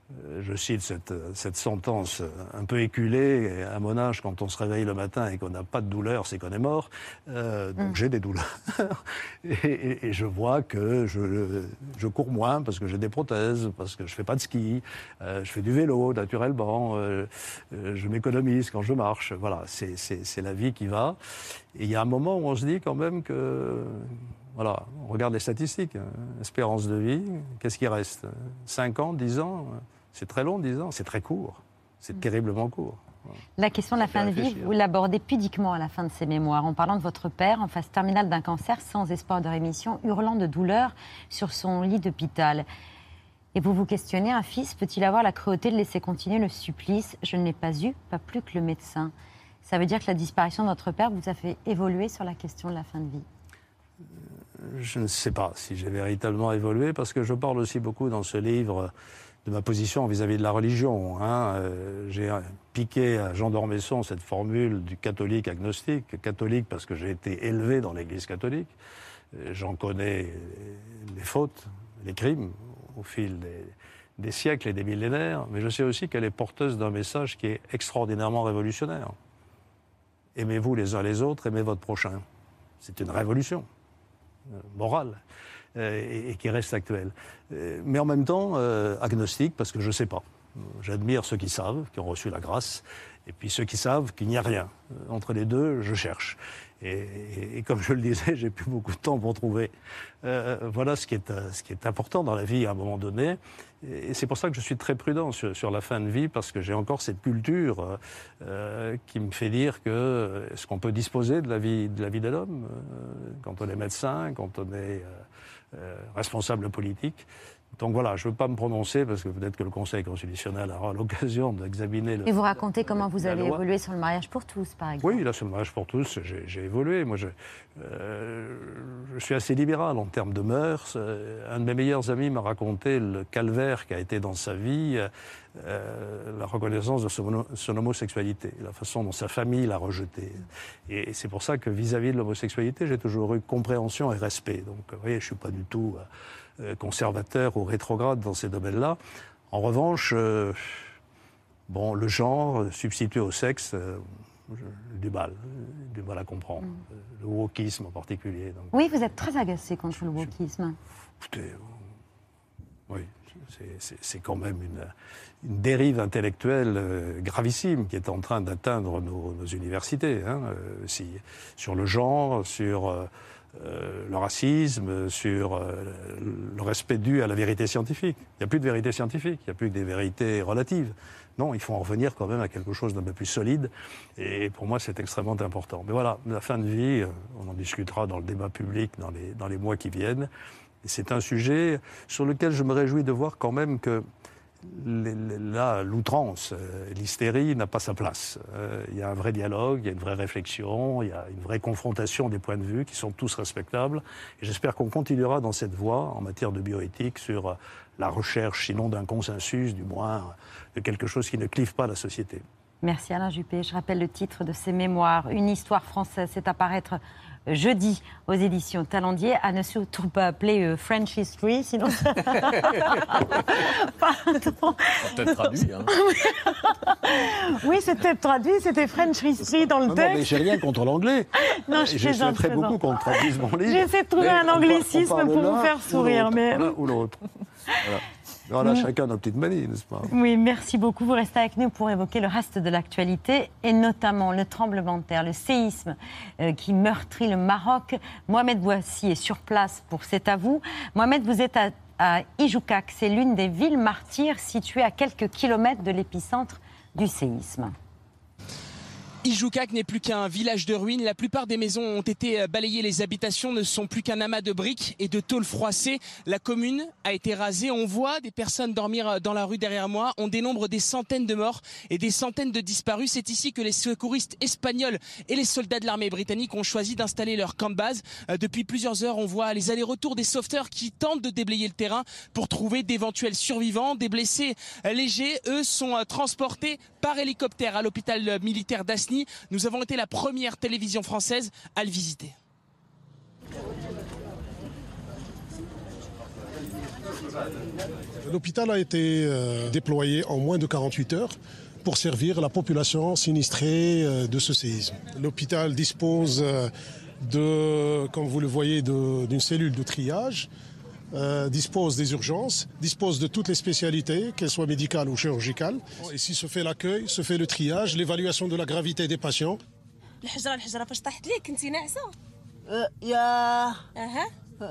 je cite cette, cette sentence un peu éculée, à mon âge, quand on se réveille le matin et qu'on n'a pas de douleur, c'est qu'on est mort. Euh, donc Mm. j'ai des douleurs. et, et- et je vois que je, je cours moins parce que j'ai des prothèses, parce que je fais pas de ski, euh, je fais du vélo naturellement, euh, euh, je m'économise quand je marche. Voilà, c'est, c'est, c'est la vie qui va. Et il y a un moment où on se dit quand même que... Voilà, on regarde les statistiques. hein. Espérance de vie, qu'est-ce qui reste cinq ans, dix ans C'est très long, dix ans, c'est très court. C'est terriblement court. La question de la Ça fait fin de vie, réfléchir. vous l'abordez pudiquement à la fin de ses mémoires, en parlant de votre père en phase terminale d'un cancer sans espoir de rémission, hurlant de douleur sur son lit d'hôpital. Et vous vous questionnez, un fils peut-il avoir la cruauté de laisser continuer le supplice ? Je ne l'ai pas eu, pas plus que le médecin. Ça veut dire que la disparition de notre père vous a fait évoluer sur la question de la fin de vie ? Je ne sais pas si j'ai véritablement évolué, parce que je parle aussi beaucoup dans ce livre de ma position vis-à-vis de la religion. Hein. Euh, j'ai piqué à Jean d'Ormesson cette formule du catholique agnostique. Catholique parce que j'ai été élevé dans l'Église catholique. J'en connais les fautes, les crimes au fil des, des siècles et des millénaires, mais je sais aussi qu'elle est porteuse d'un message qui est extraordinairement révolutionnaire. Aimez-vous les uns les autres, aimez votre prochain. C'est une révolution euh, morale euh, et, et qui reste actuelle. Euh, mais en même temps, euh, agnostique, parce que je ne sais pas. J'admire ceux qui savent, qui ont reçu la grâce, et puis ceux qui savent qu'il n'y a rien. Entre les deux, je cherche. Et, et, et comme je le disais, j'ai plus beaucoup de temps pour trouver. Euh, voilà ce qui, est, ce qui est important dans la vie à un moment donné. Et c'est pour ça que je suis très prudent sur, sur la fin de vie, parce que j'ai encore cette culture euh, qui me fait dire que est-ce qu'on peut disposer de la vie de la vie de l'homme euh, quand on est médecin, quand on est euh, euh, responsable politique. Donc voilà, je ne veux pas me prononcer parce que peut-être que le Conseil constitutionnel aura l'occasion d'examiner le... Et vous racontez comment vous la allez loi. évoluer sur le mariage pour tous, par exemple. Oui, là, sur le mariage pour tous, j'ai, j'ai évolué. Moi, je, euh, je suis assez libéral en termes de mœurs. Euh, un de mes meilleurs amis m'a raconté le calvaire qu'a été dans sa vie euh, la reconnaissance de son, son homosexualité, la façon dont sa famille l'a rejeté. Et, et c'est pour ça que vis-à-vis de l'homosexualité, j'ai toujours eu compréhension et respect. Donc, vous voyez, je ne suis pas du tout... Euh, conservateur ou rétrograde dans ces domaines-là. En revanche, euh, bon, le genre substitué au sexe, euh, j'ai du mal, du mal à comprendre. Mm. Le wokisme en particulier. Donc. Oui, vous êtes très agacé contre le wokisme. Écoutez, euh, oui, c'est, c'est, c'est quand même une, une dérive intellectuelle euh, gravissime qui est en train d'atteindre nos, nos universités. Hein, euh, si, sur le genre, sur... Euh, Euh, le racisme, sur euh, le respect dû à la vérité scientifique. Il n'y a plus de vérité scientifique, il n'y a plus que des vérités relatives. Non, il faut en revenir quand même à quelque chose d'un peu plus solide. Et pour moi, c'est extrêmement important. Mais voilà, la fin de vie, on en discutera dans le débat public dans les, dans les mois qui viennent. Et c'est un sujet sur lequel je me réjouis de voir quand même que là, l'outrance, l'hystérie n'a pas sa place. Il y a un vrai dialogue, il y a une vraie réflexion, il y a une vraie confrontation des points de vue qui sont tous respectables. Et j'espère qu'on continuera dans cette voie en matière de bioéthique sur la recherche, sinon d'un consensus, du moins de quelque chose qui ne clive pas la société. Merci Alain Juppé. Je rappelle le titre de ses mémoires, Une histoire française. C'est à paraître jeudi aux éditions Talendier. À ne surtout pas appeler euh, French History, sinon... Pardon. C'est peut-être traduit. Hein. Oui, c'est peut-être traduit, c'était French History dans le non, texte. Non, mais j'ai rien contre l'anglais. Non, je plaisante. Je souhaiterais beaucoup qu'on traduise mon livre. J'essaie de trouver un anglicisme pour vous faire sourire. Ou mais... l'un ou l'autre. Voilà. Voilà, chacun nos petites manies, n'est-ce pas? Oui, merci beaucoup. Vous restez avec nous pour évoquer le reste de l'actualité et notamment le tremblement de terre, le séisme euh, qui meurtrit le Maroc. Mohamed Bouassi est sur place pour C'est à vous. Mohamed, vous êtes à, à Ijoukak. C'est l'une des villes martyrs situées à quelques kilomètres de l'épicentre du séisme. Ijoukak n'est plus qu'un village de ruines. La plupart des maisons ont été balayées. Les habitations ne sont plus qu'un amas de briques et de tôles froissées. La commune a été rasée. On voit des personnes dormir dans la rue derrière moi. On dénombre des centaines de morts et des centaines de disparus. C'est ici que les secouristes espagnols et les soldats de l'armée britannique ont choisi d'installer leur camp de base. Depuis plusieurs heures, on voit les allers-retours des sauveteurs qui tentent de déblayer le terrain pour trouver d'éventuels survivants. Des blessés légers, eux, sont transportés par hélicoptère à l'hôpital militaire d'Asni. Nous avons été la première télévision française à le visiter. L'hôpital a été euh, déployé en moins de quarante-huit heures pour servir la population sinistrée euh, de ce séisme. L'hôpital dispose euh, de, comme vous le voyez, de, d'une cellule de triage. Euh, dispose des urgences, dispose de toutes les spécialités, qu'elles soient médicales ou chirurgicales. Ici se fait l'accueil, se fait le triage, l'évaluation de la gravité des patients. الحجرة الحجرة فاش طاحت ليك كنتي ناعسة؟ يا اها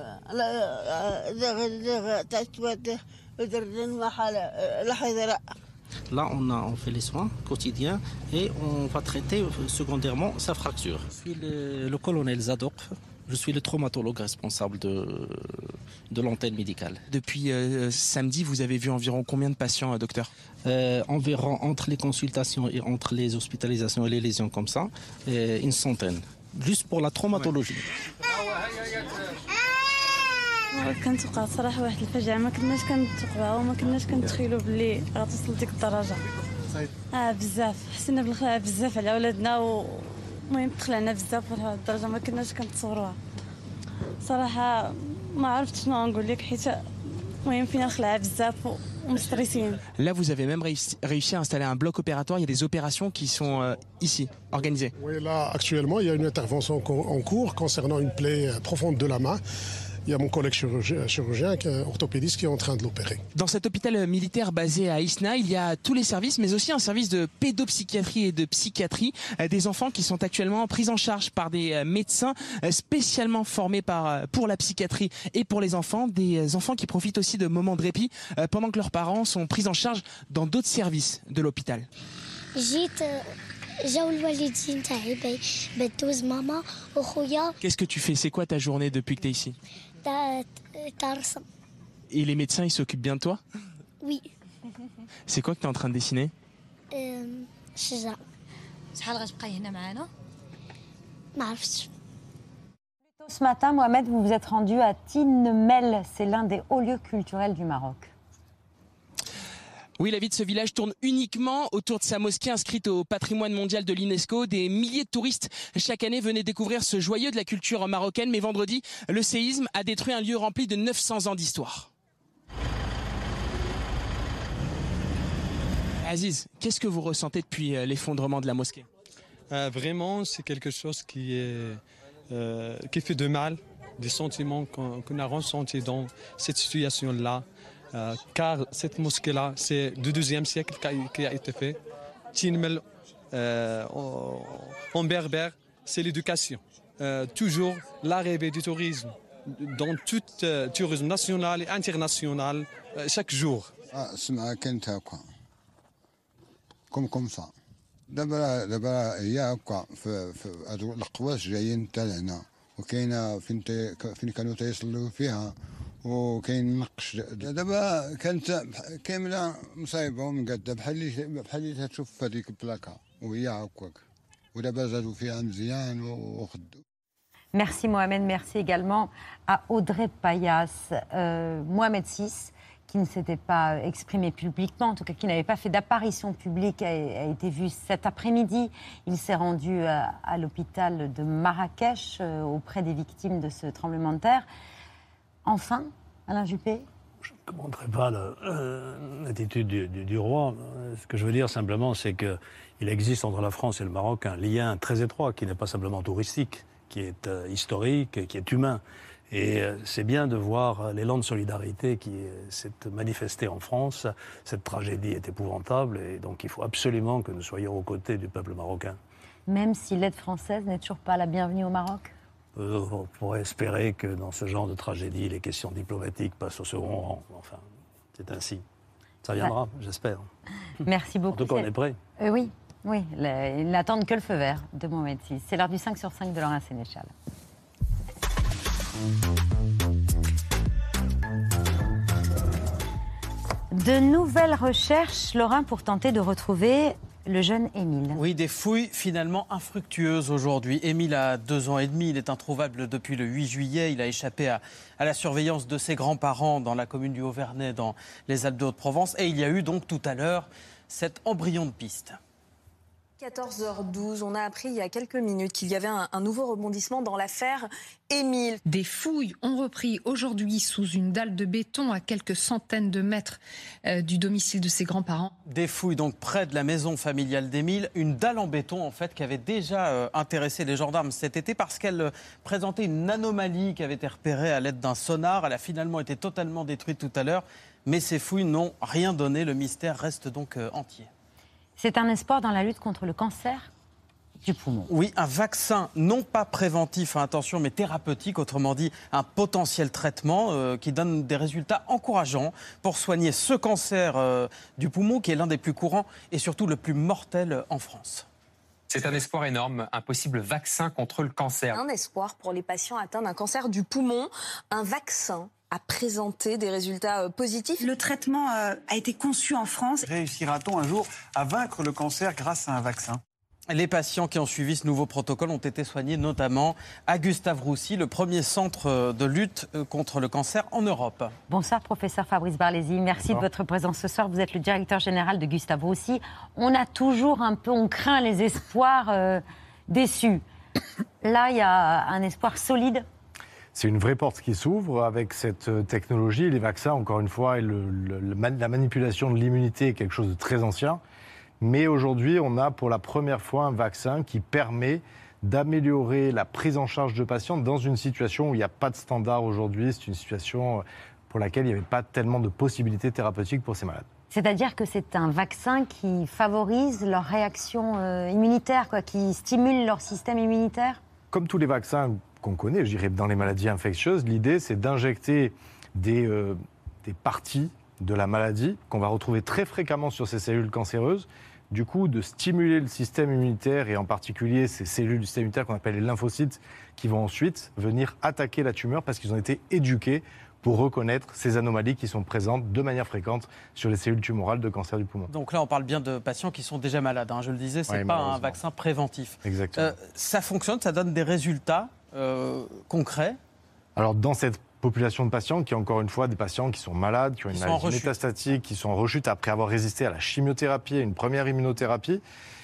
لا تسود ودردن محل الحجرة. Là, on, a, on fait les soins quotidiens et on va traiter secondairement sa fracture. Je suis le, le colonel Zadok. Je suis le traumatologue responsable de, de l'antenne médicale. Depuis euh, samedi, vous avez vu environ combien de patients, docteur? euh, Environ, entre les consultations et entre les hospitalisations et les lésions comme ça, euh, une centaine. Juste pour la traumatologie. Ouais. كنتوقع صراحه واحد الفجعه ما كناش كنتوقعوها وما كناش كنتخيلوا باللي غتوصل لديك الدرجه. اه بزاف حسينا بالخلع بزاف على ولادنا ومهم تخلعنا بزاف لهاد الدرجه ما كناش كنتصوروها. صراحه ما عرفتش شنو نقول لك حيت المهم فينا خلعه بزاف ومستريسين. Là, vous avez même réussi, réussi à installer un bloc opératoire. Il y a des opérations qui sont euh, ici, organisées. Oui, là, actuellement, il y a une intervention en cours concernant une plaie profonde de la main. Il y a mon collègue chirurgien, chirurgien orthopédiste qui est en train de l'opérer. Dans cet hôpital militaire basé à Isna, il y a tous les services, mais aussi un service de pédopsychiatrie et de psychiatrie. Des enfants qui sont actuellement pris en charge par des médecins spécialement formés par, pour la psychiatrie et pour les enfants. Des enfants qui profitent aussi de moments de répit pendant que leurs parents sont pris en charge dans d'autres services de l'hôpital. Qu'est-ce que tu fais? C'est quoi ta journée depuis que tu es ici? Et les médecins, ils s'occupent bien de toi? Oui. C'est quoi que tu es en train de dessiner? شجرة. شحال غتبقاي هنا معانا؟ ما عرفتش. Ce matin, Mohamed, vous vous êtes rendu à Tinmel. C'est l'un des hauts lieux culturels du Maroc. Oui, la vie de ce village tourne uniquement autour de sa mosquée inscrite au patrimoine mondial de l'UNESCO. Des milliers de touristes chaque année venaient découvrir ce joyau de la culture marocaine. Mais vendredi, le séisme a détruit un lieu rempli de neuf cents ans d'histoire. Aziz, qu'est-ce que vous ressentez depuis l'effondrement de la mosquée? euh, Vraiment, c'est quelque chose qui, est, euh, qui fait de mal, des sentiments qu'on qu'on a ressentis dans cette situation-là. Euh, car cette mosquée-là, c'est du deuxième siècle qui a, qui a été fait. Tinmel, euh, en, en berbère, c'est l'éducation. Euh, toujours l'arrivée du tourisme, dans tout euh, tourisme national et international, euh, chaque jour. Ah, comme comme ça. دابا دابا هي هكا في هذو القواس جايين حتى لهنا وكاينه فين فين كانوا تيصلوا فيها وكاين نقش دابا كانت كامله مصايبه ومقاده بحال اللي بحال اللي تشوف في هذيك البلاكه وهي هكاك ودابا زادوا فيها مزيان وخدوا. Merci Mohamed, merci également à Audrey Payas. Euh, Mohamed six, qui ne s'était pas exprimé publiquement, en tout cas qui n'avait pas fait d'apparition publique, a, a été vu cet après-midi. Il s'est rendu à, à l'hôpital de Marrakech euh, auprès des victimes de ce tremblement de terre. Enfin, Alain Juppé? Je ne commenterai pas l'attitude du, du, du roi. Ce que je veux dire simplement, c'est qu'il existe entre la France et le Maroc un lien très étroit qui n'est pas simplement touristique, qui est euh, historique, qui est humain. Et c'est bien de voir l'élan de solidarité qui s'est manifesté en France. Cette tragédie est épouvantable et donc il faut absolument que nous soyons aux côtés du peuple marocain. Même si l'aide française n'est toujours pas la bienvenue au Maroc? euh, On pourrait espérer que dans ce genre de tragédie, les questions diplomatiques passent au second rang. Enfin, c'est ainsi. Ça viendra, ouais. J'espère. Merci beaucoup. En tout cas, on est prêts. Euh, oui, oui. Le, ils n'attendent que le feu vert de Mohamed six. C'est l'heure du cinq sur cinq de Laurent Sénéchal. De nouvelles recherches, Laurent, pour tenter de retrouver le jeune Émile. Oui, des fouilles finalement infructueuses aujourd'hui. Émile a deux ans et demi, il est introuvable depuis le huit juillet. Il a échappé à, à la surveillance de ses grands-parents dans la commune du Haut-Vernay, dans les Alpes de Haute-Provence. Et il y a eu donc tout à l'heure cet embryon de piste. quatorze heures douze, on a appris il y a quelques minutes qu'il y avait un, un nouveau rebondissement dans l'affaire Émile. Des fouilles ont repris aujourd'hui sous une dalle de béton à quelques centaines de mètres euh, du domicile de ses grands-parents. Des fouilles donc près de la maison familiale d'Émile, une dalle en béton en fait qui avait déjà euh, intéressé les gendarmes cet été parce qu'elle euh, présentait une anomalie qui avait été repérée à l'aide d'un sonar. Elle a finalement été totalement détruite tout à l'heure, mais ces fouilles n'ont rien donné. Le mystère reste donc euh, entier. C'est un espoir dans la lutte contre le cancer du poumon. Oui, un vaccin non pas préventif, attention, mais thérapeutique, autrement dit un potentiel traitement euh, qui donne des résultats encourageants pour soigner ce cancer euh, du poumon qui est l'un des plus courants et surtout le plus mortel en France. C'est un espoir énorme, un possible vaccin contre le cancer. Un espoir pour les patients atteints d'un cancer du poumon, un vaccin a présenté des résultats positifs. Le traitement a été conçu en France. Réussira-t-on un jour à vaincre le cancer grâce à un vaccin ? Les patients qui ont suivi ce nouveau protocole ont été soignés notamment à Gustave-Roussy, le premier centre de lutte contre le cancer en Europe. Bonsoir professeur Fabrice Barlési, merci Bonsoir. de votre présence ce soir. Vous êtes le directeur général de Gustave-Roussy. On a toujours un peu, on craint les espoirs euh, déçus. Là, il y a un espoir solide. C'est une vraie porte qui s'ouvre avec cette technologie. Les vaccins, encore une fois, et le, le, la manipulation de l'immunité est quelque chose de très ancien. Mais aujourd'hui, on a pour la première fois un vaccin qui permet d'améliorer la prise en charge de patients dans une situation où il n'y a pas de standard aujourd'hui. C'est une situation pour laquelle il n'y avait pas tellement de possibilités thérapeutiques pour ces malades. C'est-à-dire que c'est un vaccin qui favorise leur réaction euh, immunitaire, quoi, qui stimule leur système immunitaire ? Comme tous les vaccins qu'on connaît, je dirais dans les maladies infectieuses, l'idée c'est d'injecter des, euh, des parties de la maladie qu'on va retrouver très fréquemment sur ces cellules cancéreuses, du coup de stimuler le système immunitaire et en particulier ces cellules du système immunitaire qu'on appelle les lymphocytes qui vont ensuite venir attaquer la tumeur parce qu'ils ont été éduqués pour reconnaître ces anomalies qui sont présentes de manière fréquente sur les cellules tumorales de cancer du poumon. Donc là, on parle bien de patients qui sont déjà malades. Hein. Je le disais, ce n'est ouais, pas un vaccin préventif. Exactement. Euh, ça fonctionne, ça donne des résultats euh, concrets ? Alors dans cette population de patients, qui est encore une fois des patients qui sont malades, qui ont une qui maladie métastatique, qui sont en rechute après avoir résisté à la chimiothérapie et une première immunothérapie,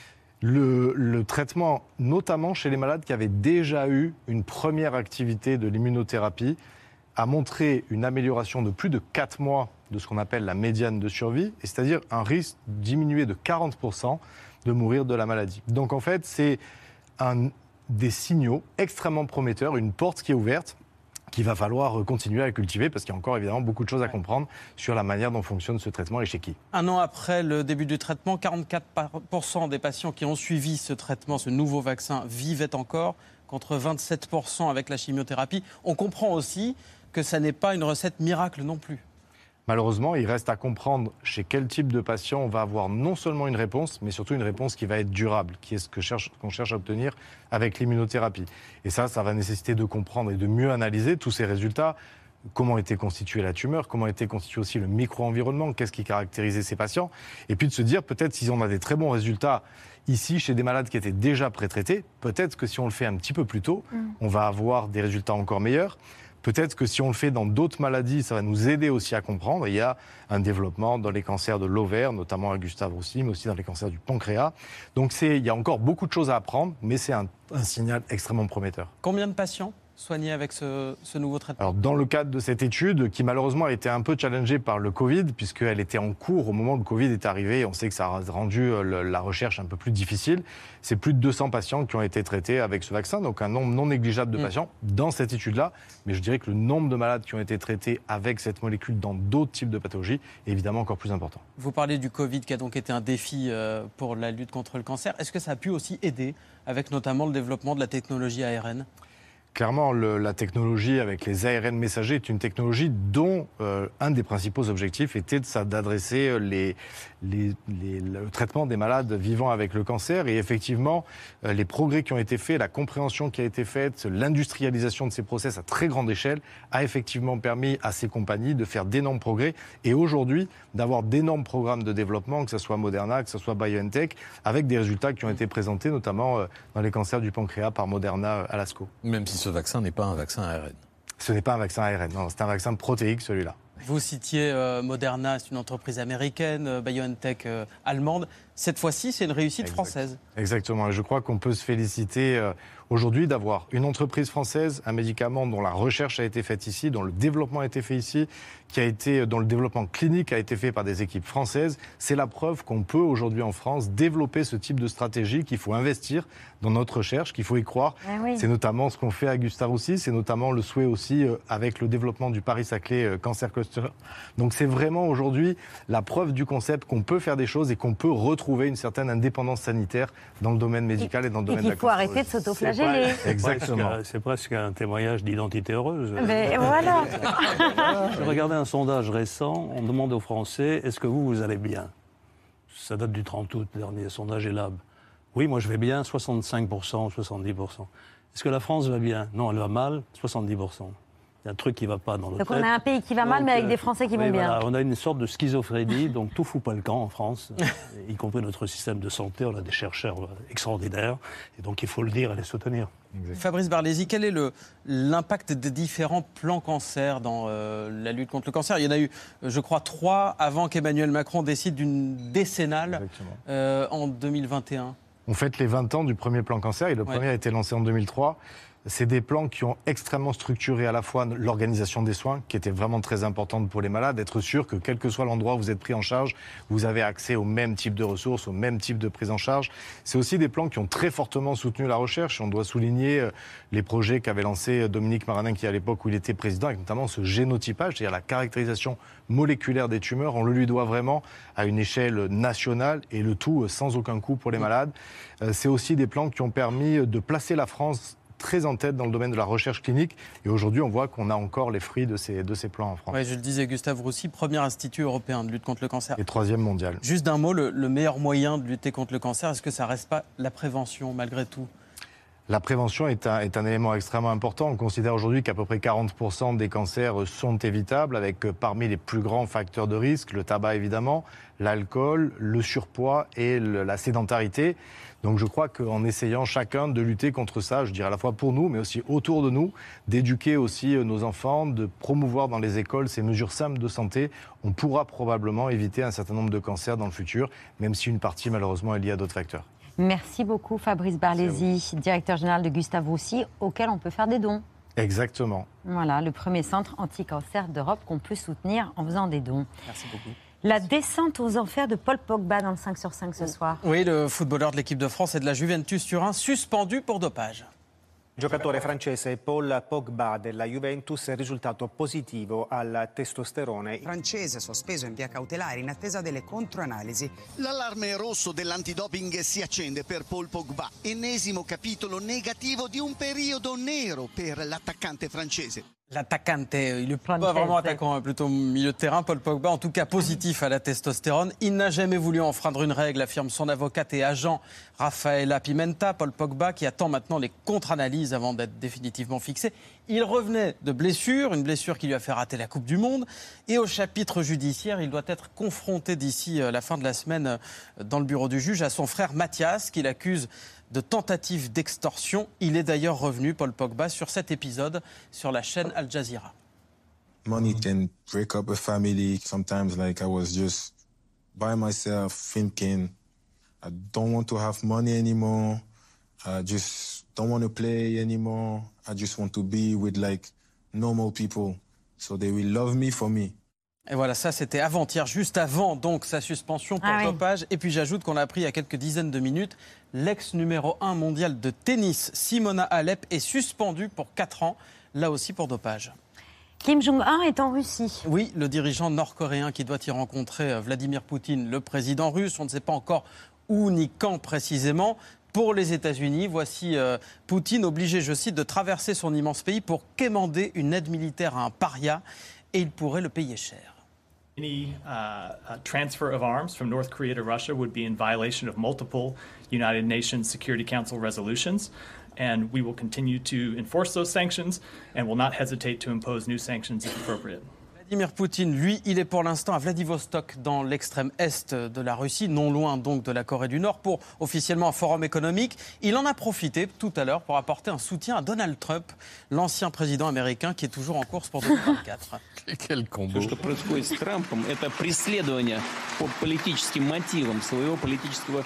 le, le traitement, notamment chez les malades qui avaient déjà eu une première activité de l'immunothérapie, a montré une amélioration de plus de quatre mois de ce qu'on appelle la médiane de survie, et c'est-à-dire un risque diminué de quarante pour cent de mourir de la maladie. Donc en fait, c'est un, des signaux extrêmement prometteurs, une porte qui est ouverte, qu'il va falloir continuer à cultiver, parce qu'il y a encore évidemment beaucoup de choses à comprendre sur la manière dont fonctionne ce traitement et chez qui. Un an après le début du traitement, quarante-quatre pour cent des patients qui ont suivi ce traitement, ce nouveau vaccin, vivaient encore, contre vingt-sept pour cent avec la chimiothérapie. On comprend aussi que ça n'est pas une recette miracle non plus. Malheureusement, il reste à comprendre chez quel type de patient on va avoir non seulement une réponse, mais surtout une réponse qui va être durable, qui est ce que cherche, qu'on cherche à obtenir avec l'immunothérapie. Et ça, ça va nécessiter de comprendre et de mieux analyser tous ces résultats. Comment était constituée la tumeur, comment était constitué aussi le micro-environnement, qu'est-ce qui caractérisait ces patients. Et puis de se dire, peut-être si on a des très bons résultats ici chez des malades qui étaient déjà pré-traités, peut-être que si on le fait un petit peu plus tôt, mmh. on va avoir des résultats encore meilleurs. Peut-être que si on le fait dans d'autres maladies, ça va nous aider aussi à comprendre. Il y a un développement dans les cancers de l'ovaire, notamment à Gustave-Roussy, mais aussi dans les cancers du pancréas. Donc c'est, il y a encore beaucoup de choses à apprendre, mais c'est un, un signal extrêmement prometteur. Combien de patients soignés avec ce, ce nouveau traitement ? Alors, dans le cadre de cette étude, qui malheureusement a été un peu challengée par le Covid, puisqu'elle était en cours au moment où le Covid est arrivé, on sait que ça a rendu le, la recherche un peu plus difficile, c'est plus de deux cents patients qui ont été traités avec ce vaccin, donc un nombre non négligeable de mmh. patients dans cette étude-là, mais je dirais que le nombre de malades qui ont été traités avec cette molécule dans d'autres types de pathologies est évidemment encore plus important. Vous parlez du Covid qui a donc été un défi pour la lutte contre le cancer. Est-ce que ça a pu aussi aider avec notamment le développement de la technologie A R N ? Clairement, le, la technologie avec les A R N messagers est une technologie dont euh, un des principaux objectifs était de, d'adresser les, les, les, le traitement des malades vivant avec le cancer. Et effectivement, euh, les progrès qui ont été faits, la compréhension qui a été faite, l'industrialisation de ces process à très grande échelle a effectivement permis à ces compagnies de faire d'énormes progrès. Et aujourd'hui, d'avoir d'énormes programmes de développement, que ce soit Moderna, que ce soit BioNTech, avec des résultats qui ont été présentés notamment euh, dans les cancers du pancréas par Moderna à l'ASCO. Même si ce vaccin n'est pas un vaccin A R N. Ce n'est pas un vaccin A R N, non, c'est un vaccin protéique celui-là. Vous citiez euh, Moderna, c'est une entreprise américaine, euh, BioNTech euh, allemande. Cette fois-ci, c'est une réussite exact. française. Exactement, et je crois qu'on peut se féliciter euh, aujourd'hui d'avoir une entreprise française, un médicament dont la recherche a été faite ici, dont le développement a été fait ici, qui a été, dont le développement clinique a été fait par des équipes françaises. C'est la preuve qu'on peut aujourd'hui en France développer ce type de stratégie, qu'il faut investir dans notre recherche, qu'il faut y croire. Ah oui. C'est notamment ce qu'on fait à Gustave-Roussy, c'est notamment le souhait aussi euh, avec le développement du Paris-Saclay euh, Cancer Cluster. Donc c'est vraiment aujourd'hui la preuve du concept qu'on peut faire des choses et qu'on peut retrouver une certaine indépendance sanitaire dans le domaine médical et, et dans le domaine de la cancérologie. Il faut arrêter de s'autoflageller. Exactement. C'est presque un témoignage d'identité heureuse. Mais voilà. Je regardais un sondage récent, on demande aux Français, est-ce que vous, vous allez bien ? Ça date du trente août, le dernier sondage Elab. Oui, moi je vais bien, soixante-cinq pour cent, soixante-dix pour cent. Est-ce que la France va bien ? Non, elle va mal, soixante-dix pour cent. Il y a un truc qui ne va pas dans notre Donc tête. on a un pays qui va donc, mal, mais avec euh, des Français qui oui, vont bien. Voilà, on a une sorte de schizophrénie, donc tout fout pas le camp en France, y compris notre système de santé. On a des chercheurs extraordinaires, et donc il faut le dire et les soutenir. Fabrice Barlési, quel est le, l'impact des différents plans cancer dans euh, la lutte contre le cancer? Il y en a eu, je crois, trois avant qu'Emmanuel Macron décide d'une décennale euh, en deux mille vingt et un. On fête les vingt ans du premier plan cancer, et le premier Ouais. a été lancé en deux mille trois. C'est des plans qui ont extrêmement structuré à la fois l'organisation des soins, qui était vraiment très importante pour les malades, être sûr que quel que soit l'endroit où vous êtes pris en charge, vous avez accès au même type de ressources, au même type de prise en charge. C'est aussi des plans qui ont très fortement soutenu la recherche. On doit souligner les projets qu'avait lancé Dominique Maranin, qui à l'époque où il était président, avec notamment ce génotypage, c'est-à-dire la caractérisation moléculaire des tumeurs. On le lui doit vraiment à une échelle nationale, et le tout sans aucun coût pour les malades. C'est aussi des plans qui ont permis de placer la France très en tête dans le domaine de la recherche clinique. Et aujourd'hui, on voit qu'on a encore les fruits de ces, de ces plans en France. Oui, je le disais, Gustave Roussy, premier institut européen de lutte contre le cancer. Et troisième mondial. Juste d'un mot, le, le meilleur moyen de lutter contre le cancer, est-ce que ça reste pas la prévention, malgré tout? La prévention est un, est un élément extrêmement important. On considère aujourd'hui qu'à peu près quarante pour cent des cancers sont évitables, avec parmi les plus grands facteurs de risque le tabac évidemment, l'alcool, le surpoids et le, la sédentarité. Donc je crois qu'en essayant chacun de lutter contre ça, je dirais à la fois pour nous, mais aussi autour de nous, d'éduquer aussi nos enfants, de promouvoir dans les écoles ces mesures simples de santé, on pourra probablement éviter un certain nombre de cancers dans le futur, même si une partie malheureusement est liée à d'autres facteurs. Merci beaucoup Fabrice Barlési, directeur général de Gustave Roussy, auquel on peut faire des dons. Exactement. Voilà, le premier centre anti-cancer d'Europe qu'on peut soutenir en faisant des dons. Merci beaucoup. La descente aux enfers de Paul Pogba dans le cinq sur cinq ce soir. Oui, le footballeur de l'équipe de France et de la Juventus Turin, suspendu pour dopage. Il giocatore francese Paul Pogba della Juventus è risultato positivo al testosterone. Francese sospeso in via cautelare in attesa delle controanalisi. L'allarme rosso dell'antidoping si accende per Paul Pogba. Ennesimo capitolo negativo di un periodo nero per l'attaccante francese. L'attaquante, il n'est pas vraiment attaquant, plutôt milieu de terrain, Paul Pogba, en tout cas positif à la testostérone. Il n'a jamais voulu enfreindre une règle, affirme son avocate et agent Rafaela Pimenta. Paul Pogba qui attend maintenant les contre-analyses avant d'être définitivement fixé. Il revenait de blessure, une blessure qui lui a fait rater la Coupe du Monde. Et au chapitre judiciaire, il doit être confronté d'ici la fin de la semaine dans le bureau du juge à son frère Mathias, qui l'accuse de tentative d'extorsion. Il est d'ailleurs revenu, Paul Pogba, sur cet épisode sur la chaîne Al Jazeera. Money can break up a family. Sometimes like I was just by myself thinking, I don't want to have money anymore. I just don't want to play anymore. I just want to be with like normal people so they will love me for me. Et voilà, ça c'était avant-hier, juste avant donc sa suspension pour ah dopage. Oui. Et puis j'ajoute qu'on a appris il y a quelques dizaines de minutes, l'ex numéro un mondial de tennis, Simona Halep, est suspendue pour quatre ans, là aussi pour dopage. Kim Jong-un est en Russie. Oui, le dirigeant nord-coréen qui doit y rencontrer Vladimir Poutine, le président russe. On ne sait pas encore où ni quand précisément. Pour les États-Unis, voici euh, Poutine obligé, je cite, de traverser son immense pays pour quémander une aide militaire à un paria, et il pourrait le payer cher. Any uh, uh, transfer of arms from North Korea to Russia would be in violation of multiple United Nations Security Council resolutions, and we will continue to enforce those sanctions and will not hesitate to impose new sanctions if appropriate. Vladimir Poutine, lui, il est pour l'instant à Vladivostok, dans l'extrême est de la Russie, non loin donc de la Corée du Nord, pour officiellement un forum économique. Il en a profité tout à l'heure pour apporter un soutien à Donald Trump, l'ancien président américain qui est toujours en course pour deux mille vingt-quatre. Quel combo. Что происходит с Трампом, это преследование по политическим мотивам своего политического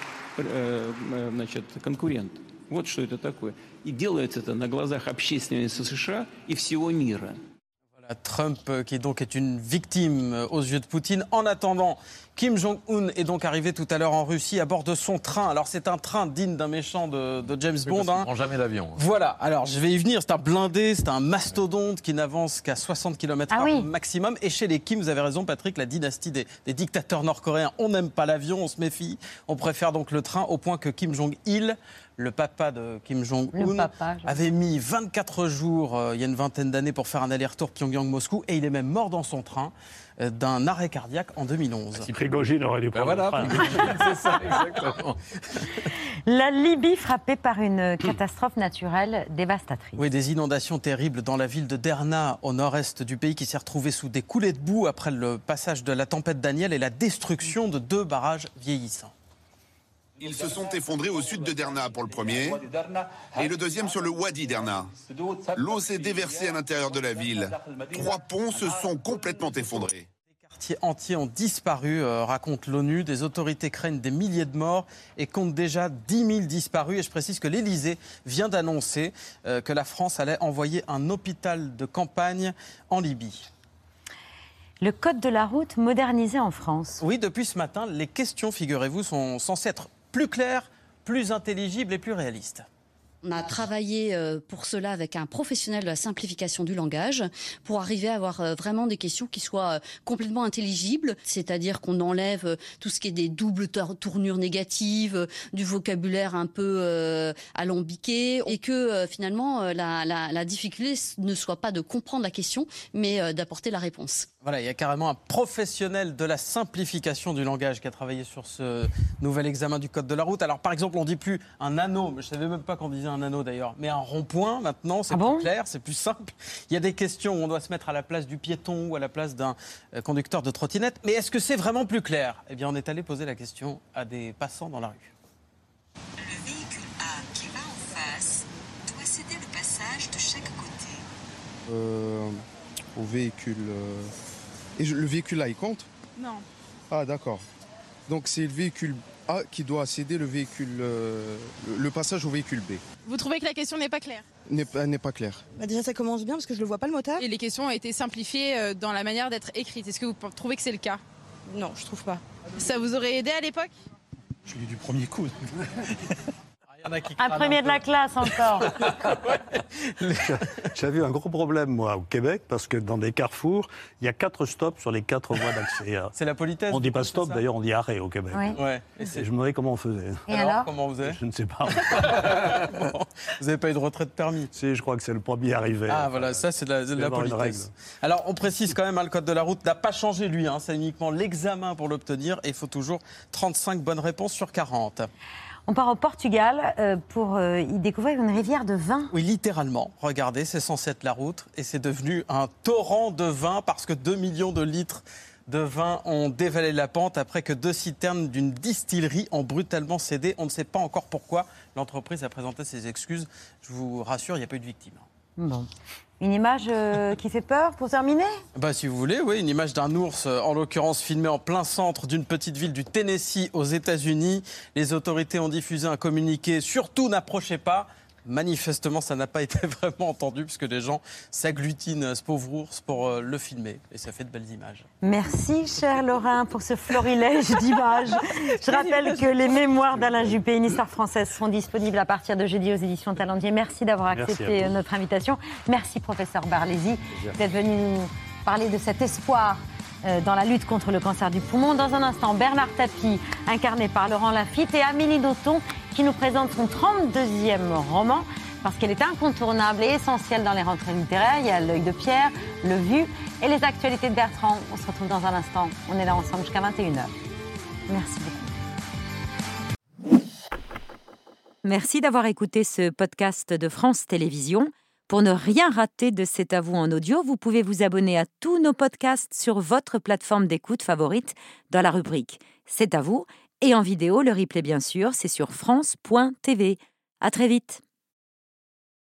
э, значит, конкурента. Вот что это такое. И делается это на глазах общественности США и всего мира. Trump, qui donc est une victime aux yeux de Poutine. En attendant, Kim Jong-un est donc arrivé tout à l'heure en Russie à bord de son train. Alors c'est un train digne d'un méchant de, de James oui, Bond. Hein. Il ne prend jamais l'avion. Hein. Voilà, alors je vais y venir. C'est un blindé, c'est un mastodonte qui n'avance qu'à soixante kilomètres heure ah oui. maximum. Et chez les Kim, vous avez raison Patrick, la dynastie des, des dictateurs nord-coréens, on n'aime pas l'avion, on se méfie. On préfère donc le train au point que Kim Jong-il le papa de Kim Jong-un, avait mis vingt-quatre jours, euh, il y a une vingtaine d'années, pour faire un aller-retour Pyongyang-Moscou, et il est même mort dans son train euh, d'un arrêt cardiaque en deux mille onze. Si Prigogine aurait dû prendre ben voilà, le train. C'est ça, exactement. La Libye frappée par une catastrophe naturelle dévastatrice. Oui, des inondations terribles dans la ville de Derna, au nord-est du pays, qui s'est retrouvée sous des coulées de boue après le passage de la tempête Daniel et la destruction de deux barrages vieillissants. Ils se sont effondrés au sud de Derna pour le premier et le deuxième sur le Wadi Derna. L'eau s'est déversée à l'intérieur de la ville. Trois ponts se sont complètement effondrés. Des quartiers entiers ont disparu, euh, raconte l'ONU. Des autorités craignent des milliers de morts et comptent déjà dix mille disparus. Et je précise que l'Élysée vient d'annoncer euh, que la France allait envoyer un hôpital de campagne en Libye. Le code de la route modernisé en France. Oui, depuis ce matin, les questions, figurez-vous, sont censées être plus claires, plus intelligibles et plus réalistes. On a travaillé pour cela avec un professionnel de la simplification du langage pour arriver à avoir vraiment des questions qui soient complètement intelligibles, c'est-à-dire qu'on enlève tout ce qui est des doubles tournures négatives, du vocabulaire un peu euh, alambiqué et que euh, finalement la, la, la difficulté ne soit pas de comprendre la question mais euh, d'apporter la réponse. Voilà, il y a carrément un professionnel de la simplification du langage qui a travaillé sur ce nouvel examen du code de la route. Alors par exemple, on ne dit plus un anneau, mais je ne savais même pas qu'on disait un anneau d'ailleurs, mais un rond-point maintenant, c'est ah plus bon clair, c'est plus simple. Il y a des questions où on doit se mettre à la place du piéton ou à la place d'un conducteur de trottinette, mais est-ce que c'est vraiment plus clair ? Eh bien, on est allé poser la question à des passants dans la rue. Le véhicule A qui va en face doit céder le passage de chaque côté. Euh, au véhicule... Euh... Et le véhicule A, il compte ? Non. Ah, d'accord. Donc c'est le véhicule A qui doit céder le, véhicule, euh, le passage au véhicule B. Vous trouvez que la question n'est pas claire ? N'est pas, n'est pas claire. Bah déjà, ça commence bien parce que je ne le vois pas le moteur. Et les questions ont été simplifiées dans la manière d'être écrites. Est-ce que vous trouvez que c'est le cas ? Non, je trouve pas. Ça vous aurait aidé à l'époque ? Je l'ai eu du premier coup. Un premier de la classe encore. J'avais eu un gros problème, moi, au Québec, parce que dans des carrefours, il y a quatre stops sur les quatre voies d'accès. C'est la politesse. On ne dit pas stop, d'ailleurs, on dit arrêt au Québec. Oui. Ouais. Et, et je me demandais comment on faisait. Et alors, alors comment vous faisiez ? Je ne sais pas. Bon, vous n'avez pas eu de retrait de permis ? Si, je crois que c'est le premier arrivé. Ah, enfin, voilà, ça, c'est de la, de la politesse. Alors, on précise quand même, hein, le code de la route n'a pas changé, lui. Hein, c'est uniquement l'examen pour l'obtenir et il faut toujours trente-cinq bonnes réponses sur quarante. On part au Portugal euh, pour euh, y découvrir une rivière de vin. Oui, littéralement. Regardez, c'est censé être la route et c'est devenu un torrent de vin parce que deux millions de litres de vin ont dévalé la pente après que deux citernes d'une distillerie ont brutalement cédé. On ne sait pas encore pourquoi. L'entreprise a présenté ses excuses. Je vous rassure, il n'y a pas eu de victimes. Bon. Une image euh, qui fait peur pour terminer ? Bah, si vous voulez, oui, une image d'un ours, euh, en l'occurrence filmé en plein centre d'une petite ville du Tennessee aux États-Unis. Les autorités ont diffusé un communiqué, surtout n'approchez pas. Manifestement, ça n'a pas été vraiment entendu puisque les gens s'agglutinent à ce pauvre ours pour euh, le filmer et ça fait de belles images. Merci, cher Laurent, pour ce florilège d'images. Je rappelle que les mémoires d'Alain Juppé, une histoire française, seront disponibles à partir de jeudi aux éditions Talendier. Merci d'avoir accepté notre invitation. Merci, professeur Barlési, d'être venu nous parler de cet espoir dans la lutte contre le cancer du poumon. Dans un instant, Bernard Tapie, incarné par Laurent Lafitte, et Amélie Nothomb, qui nous présente son trente-deuxième roman, parce qu'elle est incontournable et essentielle dans les rentrées littéraires. Il y a L'œil de Pierre, Le Vu et les actualités de Bertrand. On se retrouve dans un instant. On est là ensemble jusqu'à vingt et une heures. Merci beaucoup. Merci d'avoir écouté ce podcast de France Télévisions. Pour ne rien rater de C'est à vous en audio, vous pouvez vous abonner à tous nos podcasts sur votre plateforme d'écoute favorite dans la rubrique C'est à vous. Et en vidéo, le replay bien sûr, c'est sur France point T V. À très vite.